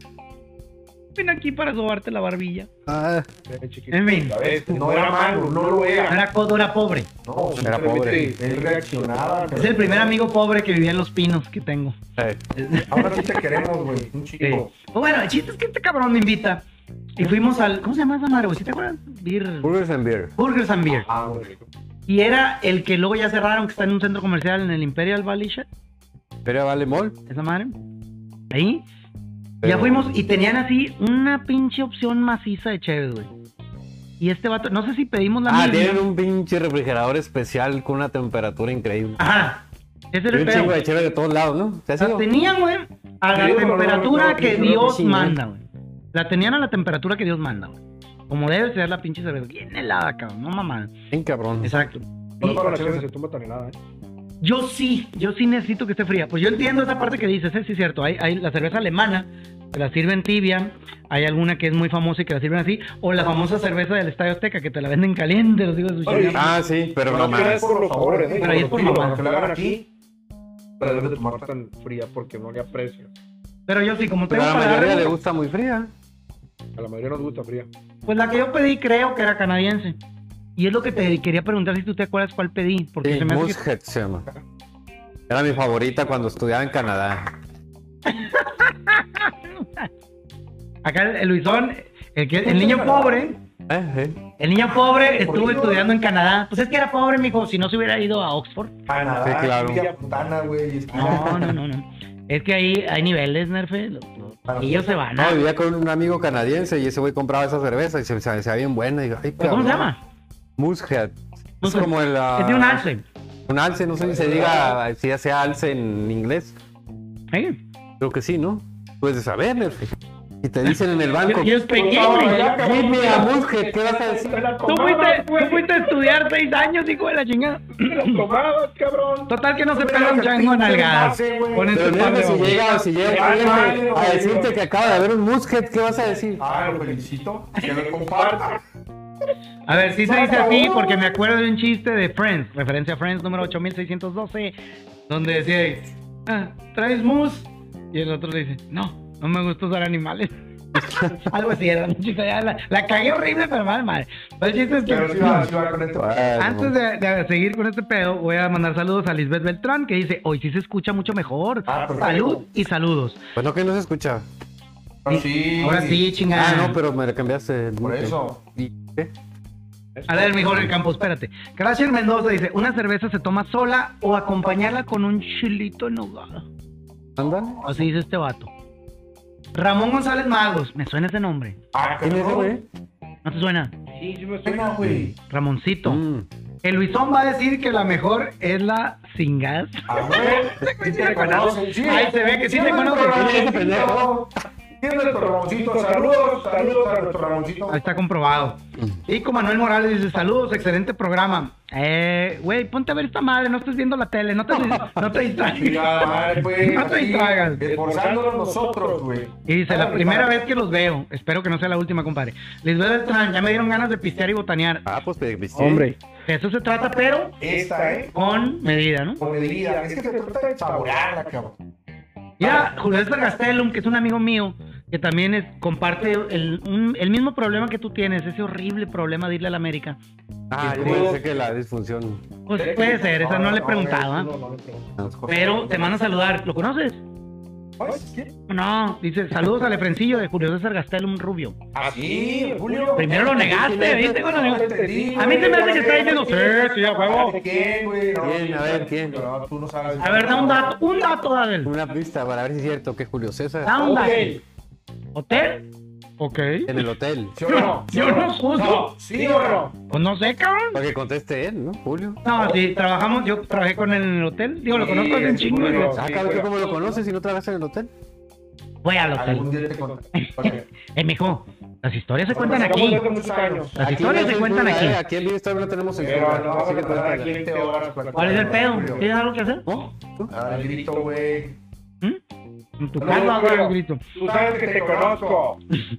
Ven aquí para sobarte la barbilla. Ah, Eh, chiquito. En fin. A ver, no era malo, no lo No era. era codo, era pobre. No, Era pobre. simplemente él reaccionaba. Es el primer amigo pobre que vivía en Los Pinos que tengo. eh, Ahora sí te queremos, güey. Un Sí. chico. Pues bueno, el chiste es que este cabrón me invita. Y fuimos al... ¿Cómo se llama esa madre, güey? ¿Sí te acuerdas? Beer... Burgers and Beer. Burgers and Beer. Ah, güey. Y era el que luego ya cerraron, que está en un centro comercial en el Imperial Valley Shop, Pero vale mall. esa madre. Ahí. Pero- Ya fuimos y tenían así una pinche opción maciza de chéves, güey. Y este vato, no sé si pedimos la Ah, misma. tienen un pinche refrigerador especial con una temperatura increíble. Ajá. Ese Y era el un chingo pedo. de chévere de todos lados, ¿no? ¿Se ha La sido? tenían, güey, a la Sí, no, no, temperatura no, no, que no, no, Dios sí, ¿no? manda, güey. La tenían a la temperatura que Dios manda, güey. Como debe ser la pinche cerveza. Bien helada, cabrón. No mamá. Bien cabrón. Exacto. No Y para la chévere se tumba tan helada, eh. yo sí, yo sí necesito que esté fría. Pues yo entiendo esa parte que dices, ¿eh? Sí es cierto. Hay, hay la cerveza alemana, que la sirven tibia. Hay alguna que es muy famosa y que la sirven así. O la famosa cerveza del Estadio Azteca, que te la venden caliente, los digo de su Oye, chingada. Ah, sí, pero no Más que nada más. es por los sabores, eh. Pero ahí es por Digo, mamá. que la hagan aquí, la debes de tomar tan fría porque no le aprecias. Pero yo sí, como Pero tengo a la para mayoría darle, le gusta muy fría. A la mayoría nos gusta fría. pues la que yo pedí creo que era canadiense. Y es lo que te quería preguntar si tú te acuerdas cuál pedí. Porque Sí, se me hace que... Moosehead se llama. Era mi favorita cuando estudiaba en Canadá. Acá el, el Luisón, el, que, el niño pobre, Eh, eh. el niño pobre estuvo estudiando en Canadá. Pues es que era pobre, mijo, si no se hubiera ido a Oxford. Canadá, Sí, claro. Villa Putana, güey. No, no, no, no. Es que ahí hay niveles, Nerfe. Los, los ellos se van No, a... vivía con un amigo canadiense y ese güey compraba esa cerveza y se se veía bien buena. Y digo, ay, ¿Pero ¿Cómo se cabrón. llama? Moosehead. Es Moosehead. como el. ah, Es de un alce. Un alce, no sé si se diga, si ya sea alce en inglés. ¿Eh? Creo que sí, ¿no? Puedes de saber, Nerfe. Y te dicen en el banco. Yo expliqué, No, güey. ya, cabrón. Give me a Moosehead, ¿qué vas a decir? Te la Tú tomabas, fuiste, güey. tú fuiste a estudiar seis años, hijo de la chingada. Te la tomabas, cabrón. Total que no se Pero pega un que chango en pinche nalgadas. envase, güey. Con Pero este par Nerfe, de si ojos. llega, si llega Ay, alguien madre, a güey. decirte que acaba de haber un Moosehead, ¿qué vas a decir? Ah, lo felicito. Que lo comparta. A ver, sí se dice así porque me acuerdo de un chiste de Friends, referencia a Friends número ocho mil seiscientos doce, donde decía, ah, ¿traes mousse? Y el otro le dice, no, no me gusta usar animales. Algo así era, un chiste, ya la, la cagué horrible, pero mal, madre. Pero el chiste es que... Pero sí va, sí va con esto. Antes de, de seguir con este pedo, voy a mandar saludos a Lisbeth Beltrán, que dice, hoy sí se escucha mucho mejor. Ah, perfecto. Salud y saludos. Pues no, que no se escucha. Ah, sí. Ahora sí, chingada. Ah, no, pero me le cambiaste. el Por mute. eso. ¿Y qué? A ver, mejor el campo, espérate. Crasher Mendoza dice, ¿una cerveza se toma sola o acompañarla con un chilito en nogada? Ándale. Así dice este vato. Ramón González Magos, me suena ese nombre. Ah, ¿Quién es ese, güey? ¿No te suena? Sí, sí me suena, güey. Ramoncito. Mm. El Luisón va a decir que la mejor es la sin gas. A ver. Sí te reconocen, sí. Ay, se ve que sí te me conocen. reconocen, Ese pendejo. ¿Quién es nuestro Ramoncito? Saludos, saludos a nuestro Ramoncito. Ahí está comprobado. Y con Manuel Morales dice, saludos, excelente programa. Eh, güey, ponte a ver esta madre, no estés viendo la tele, no te, no te distraigas. Madre, pues, No te distraigas. Esforzándonos nosotros, güey. Y dice, la primera vez que los veo, espero que no sea la última, compadre. Lisbeth Beltrán, ya me dieron ganas de pistear y botanear. Ah, pues, pues sí. Hombre, de eso se trata, pero Esta, ¿eh? con medida, ¿no? Con medida. Es que se trata de saborearla, cabrón. Mira, Julio César Gastelum, que es un amigo mío, que también es, comparte el, un- el mismo problema que tú tienes, ese horrible problema de irle a la América. Ah, yo pensé que la disfunción. Pues puede ser, esa no le he preguntado, ¿ah? No, no le he preguntado. Pero te mando a saludar. ¿Lo conoces? ¿Qué? No, dice, saludos al Efrencillo de Julio César Gastelum Rubio. ¿Ah, sí, Julio? Primero lo negaste, ¿viste? Bueno, No te entendí, a mí se me hace güey. que está diciendo, sí, sí, a huevo. ¿Quién, güey? No, ¿Quién? A ver, ¿quién? No, tú no sabes. A ver, da un dato, un dato, Adel. Una pista para ver si es cierto que Julio César Da un dato. Ok. ¿Hotel? Ok. en el hotel. ¿Sí o no? Yo no juzgo. ¿Sí o no? Pues no sé, cabrón. Para que conteste él, ¿no? Julio. No, sí, trabajamos, yo trabajé con él en el hotel. Digo, lo conozco hace un Sí, chingo. Julio. güey. Ah, Sí, cabrón, pero- ¿cómo lo conoces si no trabajas en el hotel? Voy al Algún hotel. día te contaré. Eh, mijo, las historias se cuentan Estamos aquí. desde muchos años. Las historias se cuentan aquí. Aquí en Bienestar no tenemos Pero censura, no vamos así a que tú pasar aquí tranquila. veinte horas. ¿Cuál es el pedo? ¿Tienes algo que hacer? ¿No? ¿Tú? Ah, el grito, güey. ¿Mm? En tu No, casa pero- hago el grito. Tú sabes que te conozco.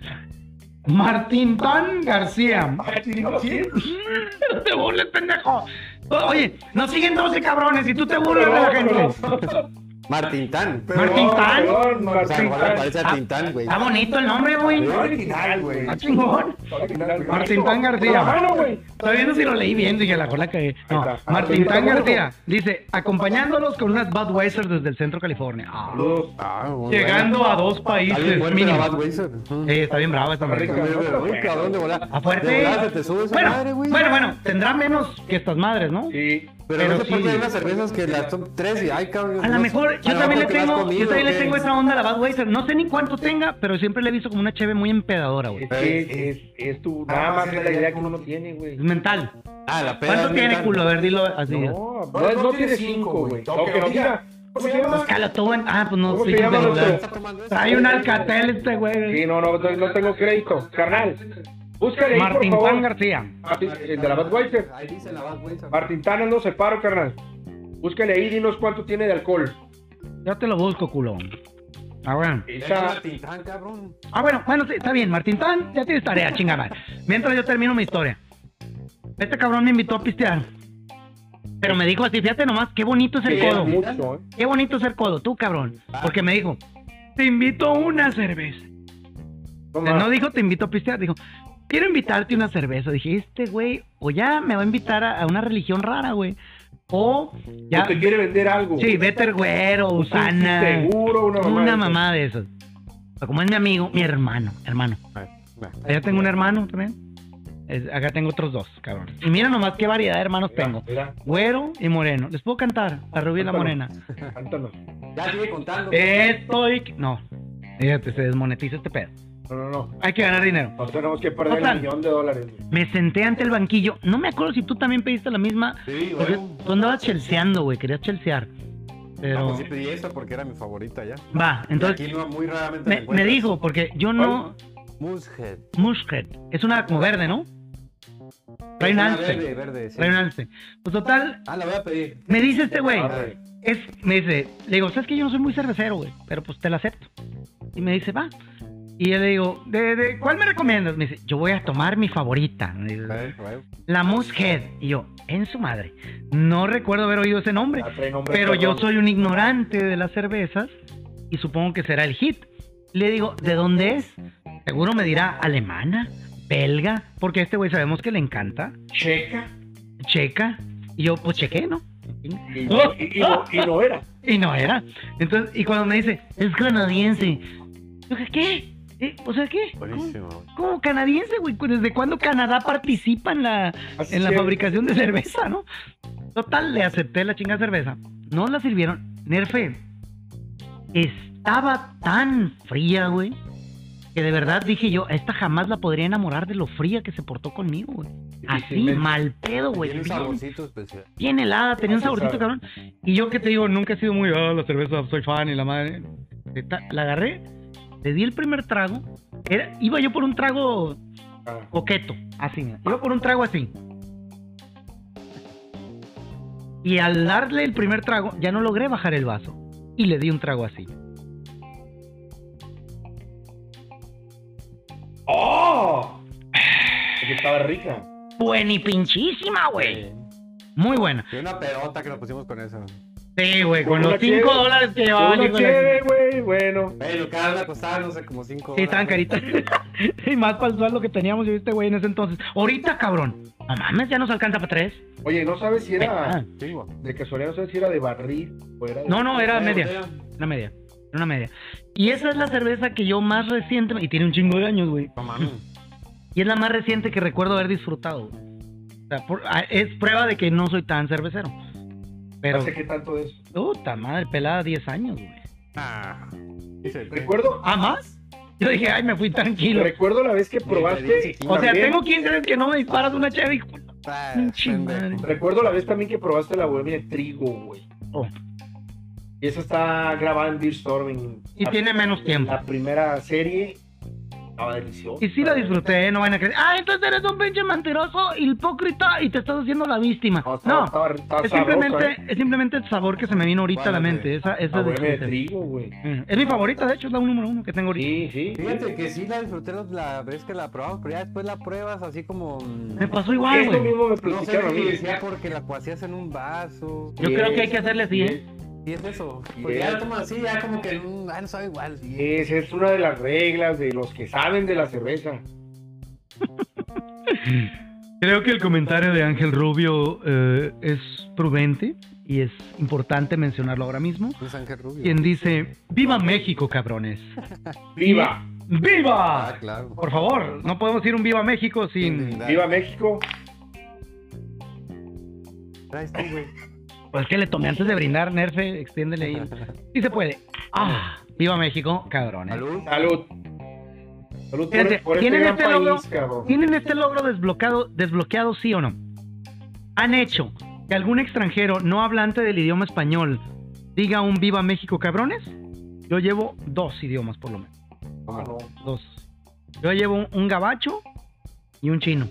Martín Tan García. ¿Quién? No te burles, pendejo. Oye, nos siguen doce cabrones y tú te burlas de la gente. Martín Tan. Martín Tan. Perdón, O sea, Martín igual Tan. parece a Tintán, güey. Está bonito el nombre, güey. Es original, güey. Está chingón. Original. Martín Tan García. La mano, güey. Estoy viendo si lo leí bien, dije la cola que. No, Ahí está. Martín Ah, Tan está García dice: acompañándolos con unas Budweiser desde el centro de California. Ah, Saludos. Ah, muy llegando a dos bueno. Está bien países fuerte la mínimo. Budweiser. Ujú. Eh, está bien brava esta Está marca. rica. Uy, cabrón, de volar. A fuerte. De volar se te sube esa Bueno, madre, güey. bueno, bueno, tendrá menos que estas madres, ¿no? Sí. Pero, pero no sé por sí. qué hay unas cervezas que las son tres y ay, cabrón. A lo no mejor sé. yo A lo también le mejor que la has tengo, comido, yo también le ¿qué? tengo esa onda a la Budweiser. No sé ni cuánto tenga, pero siempre le he visto como una cheve muy empedadora, güey. Es que es, es tu. Nada más es la idea que uno tiene, güey. Es mental. Ah, la peda. ¿Cuánto es tiene, mental. culo? A ver, dilo así. No, no, no tiene cinco, güey. No, que no diga. ¿Cómo se llama? Búscalo tú en... Ah, pues no, ¿Cómo se sí, llama de nuestro- verdad. ¿Está tomando eso? Trae un alcatel este güey. Sí, no, no, no, no tengo crédito. Carnal, búscale ahí, Martín por Tan favor. García. Martín, el de la Budweiser. Ahí dice la Budweiser. Martín Tan no se paro, carnal. Búscale ahí, dinos cuánto tiene de alcohol. Yo te lo busco, culo. Ah, bueno. Esa. Tintán, cabrón. Ah, bueno, bueno, sí, está bien. Martín Tan, ya tienes tarea, chingada. Mientras yo termino mi historia. Este cabrón me invitó a pistear. Pero me dijo así, fíjate nomás, qué bonito es el Sí, es codo. mucho, ¿eh? Qué bonito es el codo, tú, cabrón. Porque me dijo, te invito a una cerveza. No, No más. dijo, te invito a pistear, dijo, quiero invitarte una cerveza. Dije, este güey, o ya me va a invitar a, a una religión rara, güey. O ya, O te quiere vender algo. sí, Better Güero, Usana. Seguro, una mamá. Una mamá de esas. Pero como es mi amigo, mi hermano, hermano. Allá tengo un hermano también. Es- acá tengo otros dos, cabrón. Y mira nomás qué variedad de hermanos tengo. Mira, Güero y moreno. ¿Les puedo cantar? La rubia y la morena. cántanos. Ya sigue contando. Estoy... No. Fíjate, se desmonetiza este pedo. No, no, no. Hay que ganar dinero. No tenemos que perder Total. el millón de dólares. güey. Me senté ante el banquillo. No me acuerdo si tú también pediste la misma. Sí, Porque güey. tú andabas chelseando, güey. Querías chelsear. Ah, Pero... pues sí pedí esa porque era mi favorita ya. Va, entonces... Aquí no, muy raramente la Me, me encuentras. dijo, porque yo no... Moosehead. Muskrat. Es una como verde, ¿no? Trae un Es una alce. Verde, verde, sí. Trae un alce. Pues total, Ah, la voy a pedir. me dice este güey. Arre. Es, me dice, le digo, ¿sabes que yo no soy muy cervecero, güey? Pero pues te la acepto. Y me dice, va. Y yo le digo, ¿de, de cuál me recomiendas? Me dice, yo voy a tomar mi favorita. Me dice, A ver, a ver. la Moosehead. Y yo, en su madre. No recuerdo haber oído ese nombre. Ya trae nombre Pero yo cabrón. soy un ignorante de las cervezas. Y supongo que será el hit. Le digo, ¿de dónde es? Seguro me dirá alemana, belga. Porque a este güey sabemos que le encanta. Checa. Checa. Y yo, pues chequé, ¿no? Y, y- y no, y no era. Y no era. Entonces, y cuando me dice, es canadiense. Yo dije, ¿qué? ¿Eh? O sea, ¿qué? ¿Cómo, Buenísimo. güey. cómo canadiense, güey? ¿Desde cuándo Canadá participa en la, Así en la es. fabricación de cerveza, no? Total, le acepté la chingada cerveza. No la sirvieron. Nerfe, estaba tan fría, güey, que de verdad dije yo, esta jamás la podría enamorar de lo fría que se portó conmigo, güey. Así, Difícilmente. mal pedo, güey. Tiene un bien- saborcito especial. bien helada, tenía un Así saborcito, sabe. cabrón. Y yo que te digo, nunca he sido muy, ah, la cerveza, soy fan y la madre. Esta- La agarré, Le di el primer trago. Era, iba yo por un trago Ah. coqueto, así, mira. Iba por un trago así. Y al darle el primer trago, ya no logré bajar el vaso. Y le di un trago así. ¡Oh! Es que estaba rica. Buenipinchísima, güey. Muy buena. Y una pedota que nos pusimos con eso. Sí, güey, con Con los una cinco cheve. dólares que llevaba. Una hijo de la- chévere, güey, bueno. Bueno, cada una costaba, no sé, como cinco Sí, estaban caritas. Y más para el sueldo que teníamos yo y este güey en ese entonces. Ahorita, cabrón. No mames, ya nos alcanza para tres. Oye, ¿no sabes si Ah. era Sí, güey. de casualidad? ¿No sabes si era de barril o era de... No, no, era Eh, media. botella. Una media. Era una media. Y esa es la cerveza que yo más reciente. Y tiene un chingo de años, güey. No mames. Y es la más reciente que recuerdo haber disfrutado, güey. O sea, por- a- es prueba de que no soy tan cervecero. Pero, No sé qué tanto es. puta madre, pelada diez años, güey. Ah. Dice, Recuerdo, ¿Ah, más? Yo dije, ay, me fui tranquilo. recuerdo la vez que probaste... O sea, también- tengo quince años que no me disparas una chévere. hijo. Ah, Pinche pendejo. madre. Recuerdo la vez también que probaste la bohemia de trigo, güey. Oh. Y esa está grabada en Beer Storming. Y La- tiene menos tiempo. La primera serie estaba deliciosa. Y sí la disfruté, no van a creer. Ah, entonces eres un pinche mentiroso, hipócrita y te estás haciendo la víctima. No, estaba, No, estaba, estaba es sabrosa, simplemente, ¿eh? es simplemente el sabor que se me vino ahorita a la ¿Cuál, mente. Esa, esa La bohemia de disfruté. trigo, güey. Mm, Es mi favorita, de hecho, es la número uno que tengo ahorita. Sí, sí. Fíjate que sí la disfruté la vez que la probamos, pero ya después la pruebas así como... mm, Me pasó igual, Esto güey. mismo me No sé platicaron a qué mí. decía porque la hacías en un vaso. Yo creo que hay que hacerle así, ¿eh? Y es eso. Y Porque ya es- la tomas así, ya como que mm, ah, no sabe igual. Y esa es una de las reglas de los que saben de la cerveza. Creo que el comentario de Ángel Rubio eh, es prudente y es importante mencionarlo ahora mismo. Es Ángel Rubio. Quien dice, ¡Viva México, cabrones! ¡Viva! ¡Viva! Ah, claro. Por favor, no podemos ir un Viva México sin... ¡Viva México! Traes tú, güey. Pues que le tomé antes de brindar, Nerfe, extiéndele ahí. Sí se puede. ¡Ah! ¡Viva México, cabrones! Salud. ¡Salud! ¡Salud por, Fíjense, por este ¿tienen gran este país, logro? cabrón! ¿Tienen este logro desbloqueado, desbloqueado, sí o no? ¿Han hecho que algún extranjero no hablante del idioma español diga un Viva México, cabrones? Yo llevo dos idiomas, por lo menos. Ah, no. Dos. Yo llevo un, un gabacho y un chino.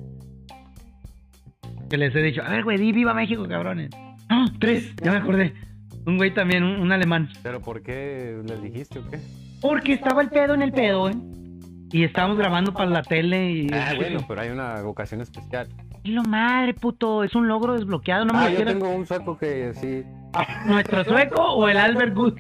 Que les he dicho, a ver, güey, di Viva México, cabrones. Ah, tres, ya me acordé. Un güey también, un, un alemán. ¿Pero por qué les dijiste o qué? Porque estaba el pedo en el pedo, ¿eh? Y estábamos grabando para la tele y... Ah, bueno, pero hay una ocasión especial. Y lo madre, puto, es un logro desbloqueado, no me Ah, lo yo quieras- tengo un sueco que sí. ¿Nuestro sueco o el Albert Good?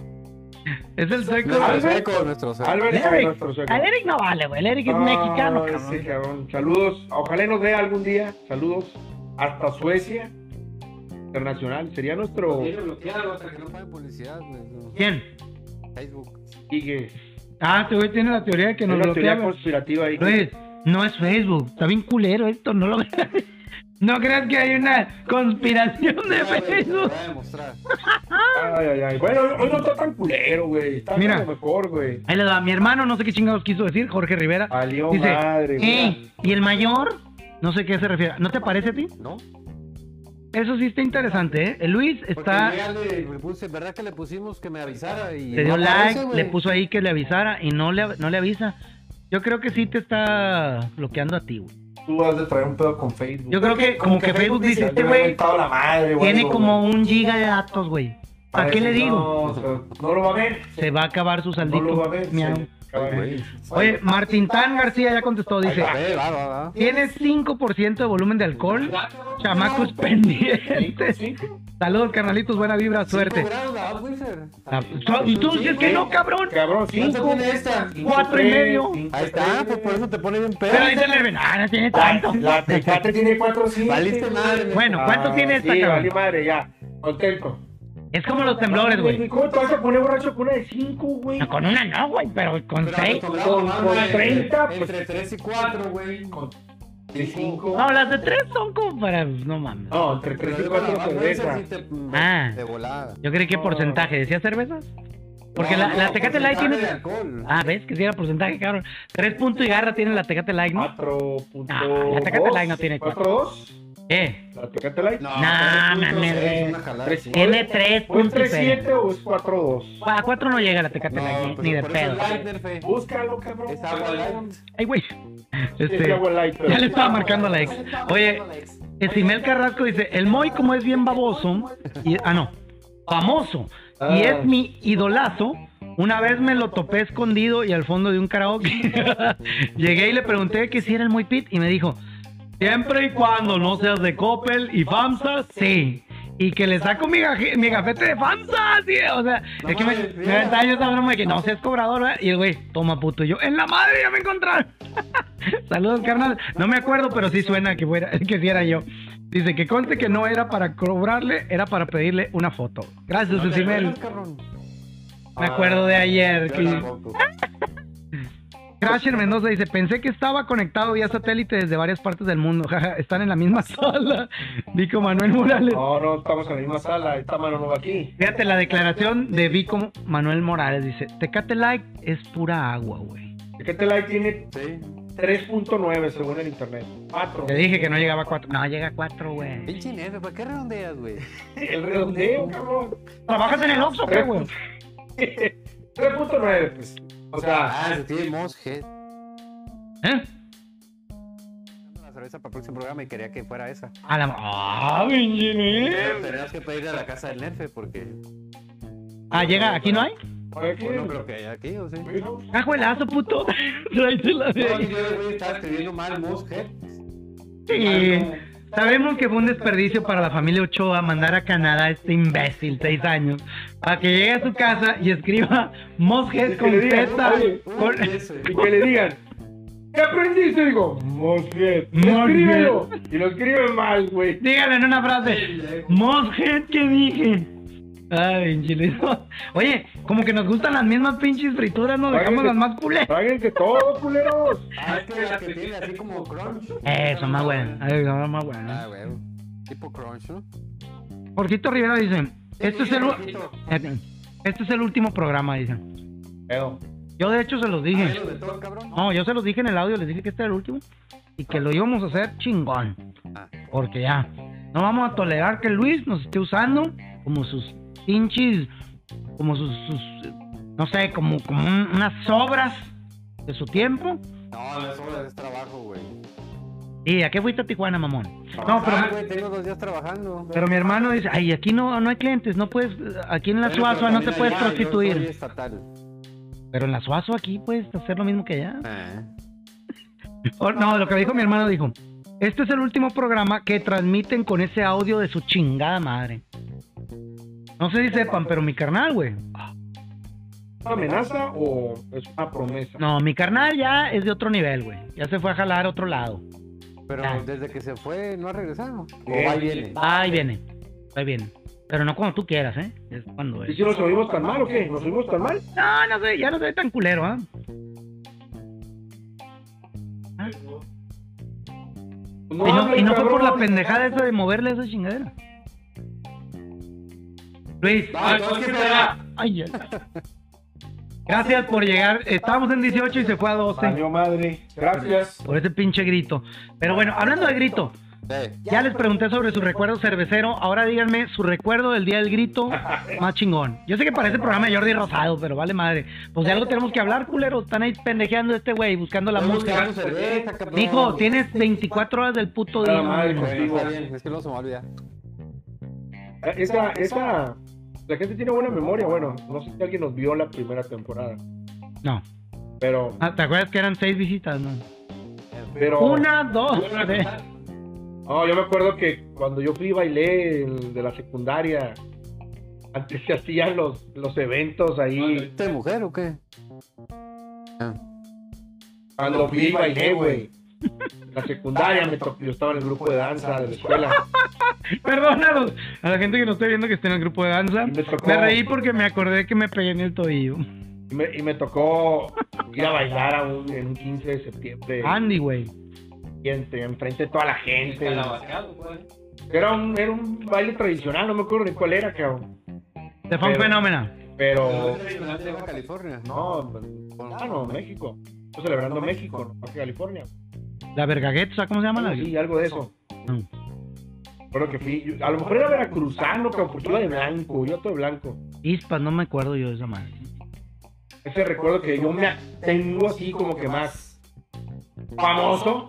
Es el sueco. Nuestro Albert. sueco, nuestro sueco. Albert es Eric. nuestro sueco. Al Eric no vale, güey. El Eric es Ah, mexicano, ese cabrón. cabrón. Saludos. Ojalá nos vea algún día. Saludos. Hasta Suecia. Internacional. Sería nuestro... Tiene bloqueado hasta que no pague publicidad, güey. ¿Quién? Facebook. Sigue. Ah, este güey tiene la teoría de que Hay nos una teoría bloqueaba. conspirativa ahí. Luis, no es Facebook. Está bien culero esto, no lo No creas que hay una conspiración de Ah, güey, te lo Facebook. voy a demostrar. Ay, ay, ay. Bueno, hoy no está tan culero, güey. Está Mira. como mejor, güey. Ahí le da. Mi hermano, no sé qué chingados quiso decir, Jorge Rivera. Valió Dice, madre, "Eh, ¿y el mayor? No sé qué se refiere. ¿No te parece a ti? ¿No? Eso sí está interesante, ¿eh? El Luis Porque está... yo ya le, le puse, ¿verdad que le pusimos que me avisara? Y Le dio no like, aparece, güey. le puso ahí que le avisara y no le, no le avisa. Yo creo que sí te está bloqueando a ti, güey. Tú vas a traer un pedo con Facebook. Yo creo que como que Facebook dice, este "Ya me güey ha mentado la madre, güey, tiene algo, como güey". un giga de datos, güey. ¿Para qué le Parece- digo? No, o sea, no lo va a ver. Se va a acabar su No saldito. lo va a ver. Miau. se acaba de ver. Oye, Martín Tan García ya contestó, dice, Eh, va, va, va. tienes cinco por ciento de volumen de alcohol, chamacos Cinco, pendientes. cinco. Saludos, carnalitos, buena vibra, suerte. Cinco grados la Wizard. Ah, ¿Y tú dices que no, cabrón? Cabrón, ¿Cuánto cinco. tiene esta? cinco, Cuatro y tres, medio. cinco, Ahí está, tres. pues por eso te pone bien pedo. Pero dice el Nerven, ah, no tiene tanto. La Tecate tiene cuatro siete. Valiste madre. Bueno, ¿cuánto Ah, tiene esta, sí, cabrón? vale madre, ya. Contento. Es como los temblores, güey. ¿Cómo te vas a poner borracho con una de cinco, güey? No, con una no, güey, pero con Pero seis. acostumbrado, con- mamá, con entre- treinta, pues. Entre tres y cuatro, güey. Con- De cinco. No, las de tres son como para... No mames. No, entre tres y Pero cuatro digo, la Wizard cervezas. sí te- Ah. De volada. Yo creí que porcentaje. ¿Decía cervezas? Porque No, la, no, la Tecate Light porcentaje tiene... de alcohol. Ah, ¿ves? Que sí era porcentaje, cabrón. Tres puntos y garra tiene la Tecate Light, ¿no? cuatro punto Ah, la Tecate Light no tiene cuatro dos. ¿Qué? ¿La Tecate Light? No, Nah, tres punto mames, seis, güey. una jalada, Tres- sí. Tiene tres ¿O es puntos. tres siete o es cuatro dos? A cuatro no llega la Tecate No, Light, pues ni de por eso pedo. es light, Nerfe. Búscalo, cabrón. Es agua light. Ay, güey. Es Este, agua light, pero- ya le estaba marcando la ex. Oye, Esimel Carrasco dice, el Moy como es bien baboso, y, ah no, famoso, y Ah. es mi idolazo, una vez me lo topé escondido y al fondo de un karaoke. Llegué y le pregunté que si era el Moy Pit y me dijo, siempre y cuando no seas de Coppel y FAMSA, sí. Y que le saco mi, gaje- mi gafete de FAMSA, sí. O sea, No es que me, mames, me mira. aventaba yo esa broma de que no seas cobrador, ¿verdad? Y el güey, toma puto. Y yo, en la madre, ya me encontraron. Saludos, carnal. No me acuerdo, pero sí suena que fuera, que sí era yo. Dice que conste que no era para cobrarle, era para pedirle una foto. Gracias, ¿No te Esimel. acuerdas, cabrón? Me acuerdo de ayer. Yo Que... tampoco. Crasher Mendoza dice, pensé que estaba conectado vía satélite desde varias partes del mundo. Jaja, están en la misma sala. Vico Manuel Morales. No, no estamos en la misma sala. Esta mano no va aquí. Fíjate la declaración de Vico Manuel Morales. Dice, Tecate Light es pura agua, güey. Tecate Light tiene Sí. tres punto nueve según el internet. cuatro. Te dije que no llegaba a cuatro. No, llega a cuatro, güey. Pinche Nerfe, ¿para qué redondeas, güey? El redondeo, cabrón. ¿Trabajas en el Oxxo, qué, güey? tres punto nueve, pues. O sea, Ah, se tiene Moshead. ¿Eh? La cerveza para el próximo programa y quería que fuera esa. A la... ¡Ah, Benjamín! Pero tenías que pedirle a la casa del Nerfe porque. Ah, llega, ¿aquí no hay? oye, Pues no creo que haya aquí, ¿o sí? Cajuelazo, puto. Tráetela de No, ahí. yo güey, estaba escribiendo mal Moshead. Sí. Sabemos que fue un desperdicio para la familia Ochoa mandar a Canadá a este imbécil, seis años, para que llegue a su casa y escriba Moshead Y que con le digan, Z. oye, con- y que le digan, ¿qué aprendiste? Digo, Moshead. Moshead. Escríbelo. Y lo escribe mal, güey. Dígale en una frase, Moshead, ¿qué dije? Ay, chilito. Oye, como que nos gustan las mismas pinches frituras, nos dejamos Tráguense- las más culeras. Tráguense todo, culeros. Ah, es que la que tiene así como crunch. Eso, más buenas. Ay, son más buenas. Ah, güey. Tipo crunch, ¿no? Jorgito Rivera dice, este es el, u- Jorgito. este es el último programa, dice. Pero, Yo de hecho se los Ah, dije. ¿es lo de todo, cabrón? No, yo se los dije en el audio, les dije que este era el último y que lo íbamos a hacer chingón. Ah. Porque ya, no vamos a tolerar que Luis nos esté usando como sus pinches, como sus, sus eh, no sé, como, como un- unas sobras de su tiempo. No, no es hora, es trabajo, güey. ¿Y a qué fuiste a Tijuana, mamón? No, pero, Ah, güey, tengo dos días trabajando. pero mi hermano dice, ay, aquí no, no hay clientes, no puedes, aquí en la Bueno, Suazo pero no te también puedes allá, yo soy prostituir. estatal. Pero en la Suazo aquí puedes hacer lo mismo que allá. Ah. Oh, no, lo que dijo mi hermano dijo, este es el último programa que transmiten con ese audio de su chingada madre. No sé si sepan, pero mi carnal, güey. ¿una amenaza o es una promesa? No, mi carnal ya es de otro nivel, güey. Ya se fue a jalar a otro lado. Pero Ah. desde que se fue, ¿no ha regresado? ¿O Bien. va y viene? Ahí viene, ahí viene. Pero no cuando tú quieras, ¿eh? Es cuando ¿Y es. si nos oímos tan mal o qué? ¿Nos oímos tan mal? No, no sé, ya no soy tan culero, ¿ah? ¿Ah? No, y no, hombre, y no fue por la cabrón. pendejada esa de moverle esa chingadera. Luis. Ah, no, es que será. Ay, ya. Gracias por llegar. Estábamos en dieciocho y se fue a doce. Valió madre. Gracias. Por ese pinche grito. Pero bueno, hablando de grito, Sí. ya les pregunté sobre su recuerdo cervecero. Ahora díganme su recuerdo del día del grito más chingón. Yo sé que parece programa de Jordi Rosado, pero vale madre. Pues de algo tenemos que hablar, culeros. Están ahí pendejeando este güey, buscando la Estamos música. buscando cerveza, cabrón. Mijo, tienes veinticuatro horas del puto A la día. madre, güey. Bueno, está bien, es que no se me va a olvidar. Esa, esa. La gente tiene buena memoria. Bueno, no sé si alguien nos vio la primera temporada. No. Pero. Ah, ¿te acuerdas que eran seis visitas, no? pero Una, dos, tres. No, yo me acuerdo que cuando yo fui y bailé el de la secundaria, antes se hacían los, los eventos ahí. ¿Este mujer o qué? Ah. Cuando fui y bailé, güey. La secundaria me tocó, yo estaba en el grupo de danza de la escuela. Perdónanos a la gente que no esté viendo que esté en el grupo de danza. Y me tocó- Me reí porque me acordé que me pegué en el tobillo. Y me, y me tocó ir a bailar a un, en un quince de septiembre. Andy, güey. Y en- enfrente de toda la gente. Calabaceado, pues. Era un, era un baile tradicional, no me acuerdo ni cuál era, cabrón. Se fue un Pero- fenómeno. Pero. ¿De California? No, ah, no, México. Estoy celebrando México, no California. La vergagueta, ¿sabes cómo se llama? La... Sí, algo de eso. No. Recuerdo que fui, yo- a lo mejor era veracruzano, cabrón, porque iba de blanco, yo todo de blanco. Ispas, no me acuerdo yo de esa madre. Ese recuerdo que yo me tengo así como que más famoso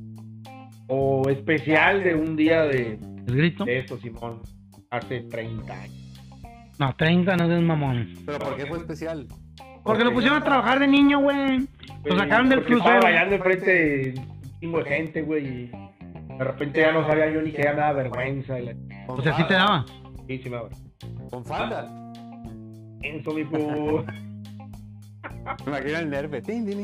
o especial de un día de, ¿El grito? de esto, Simón, hace treinta años. No, treinta no es un mamón. ¿Pero por qué fue especial? Porque lo pusieron a trabajar de niño, güey. Lo sacaron del Porque estaba crucero. bailando enfrente de un chingo de gente, güey, y de repente ya no sabía yo ni que ya me daba vergüenza. y la- O sea, sí te daba. Sí, sí me daba. Con falda. Eso, mi pu. Me imagino el nerve. Tin, tin, tin.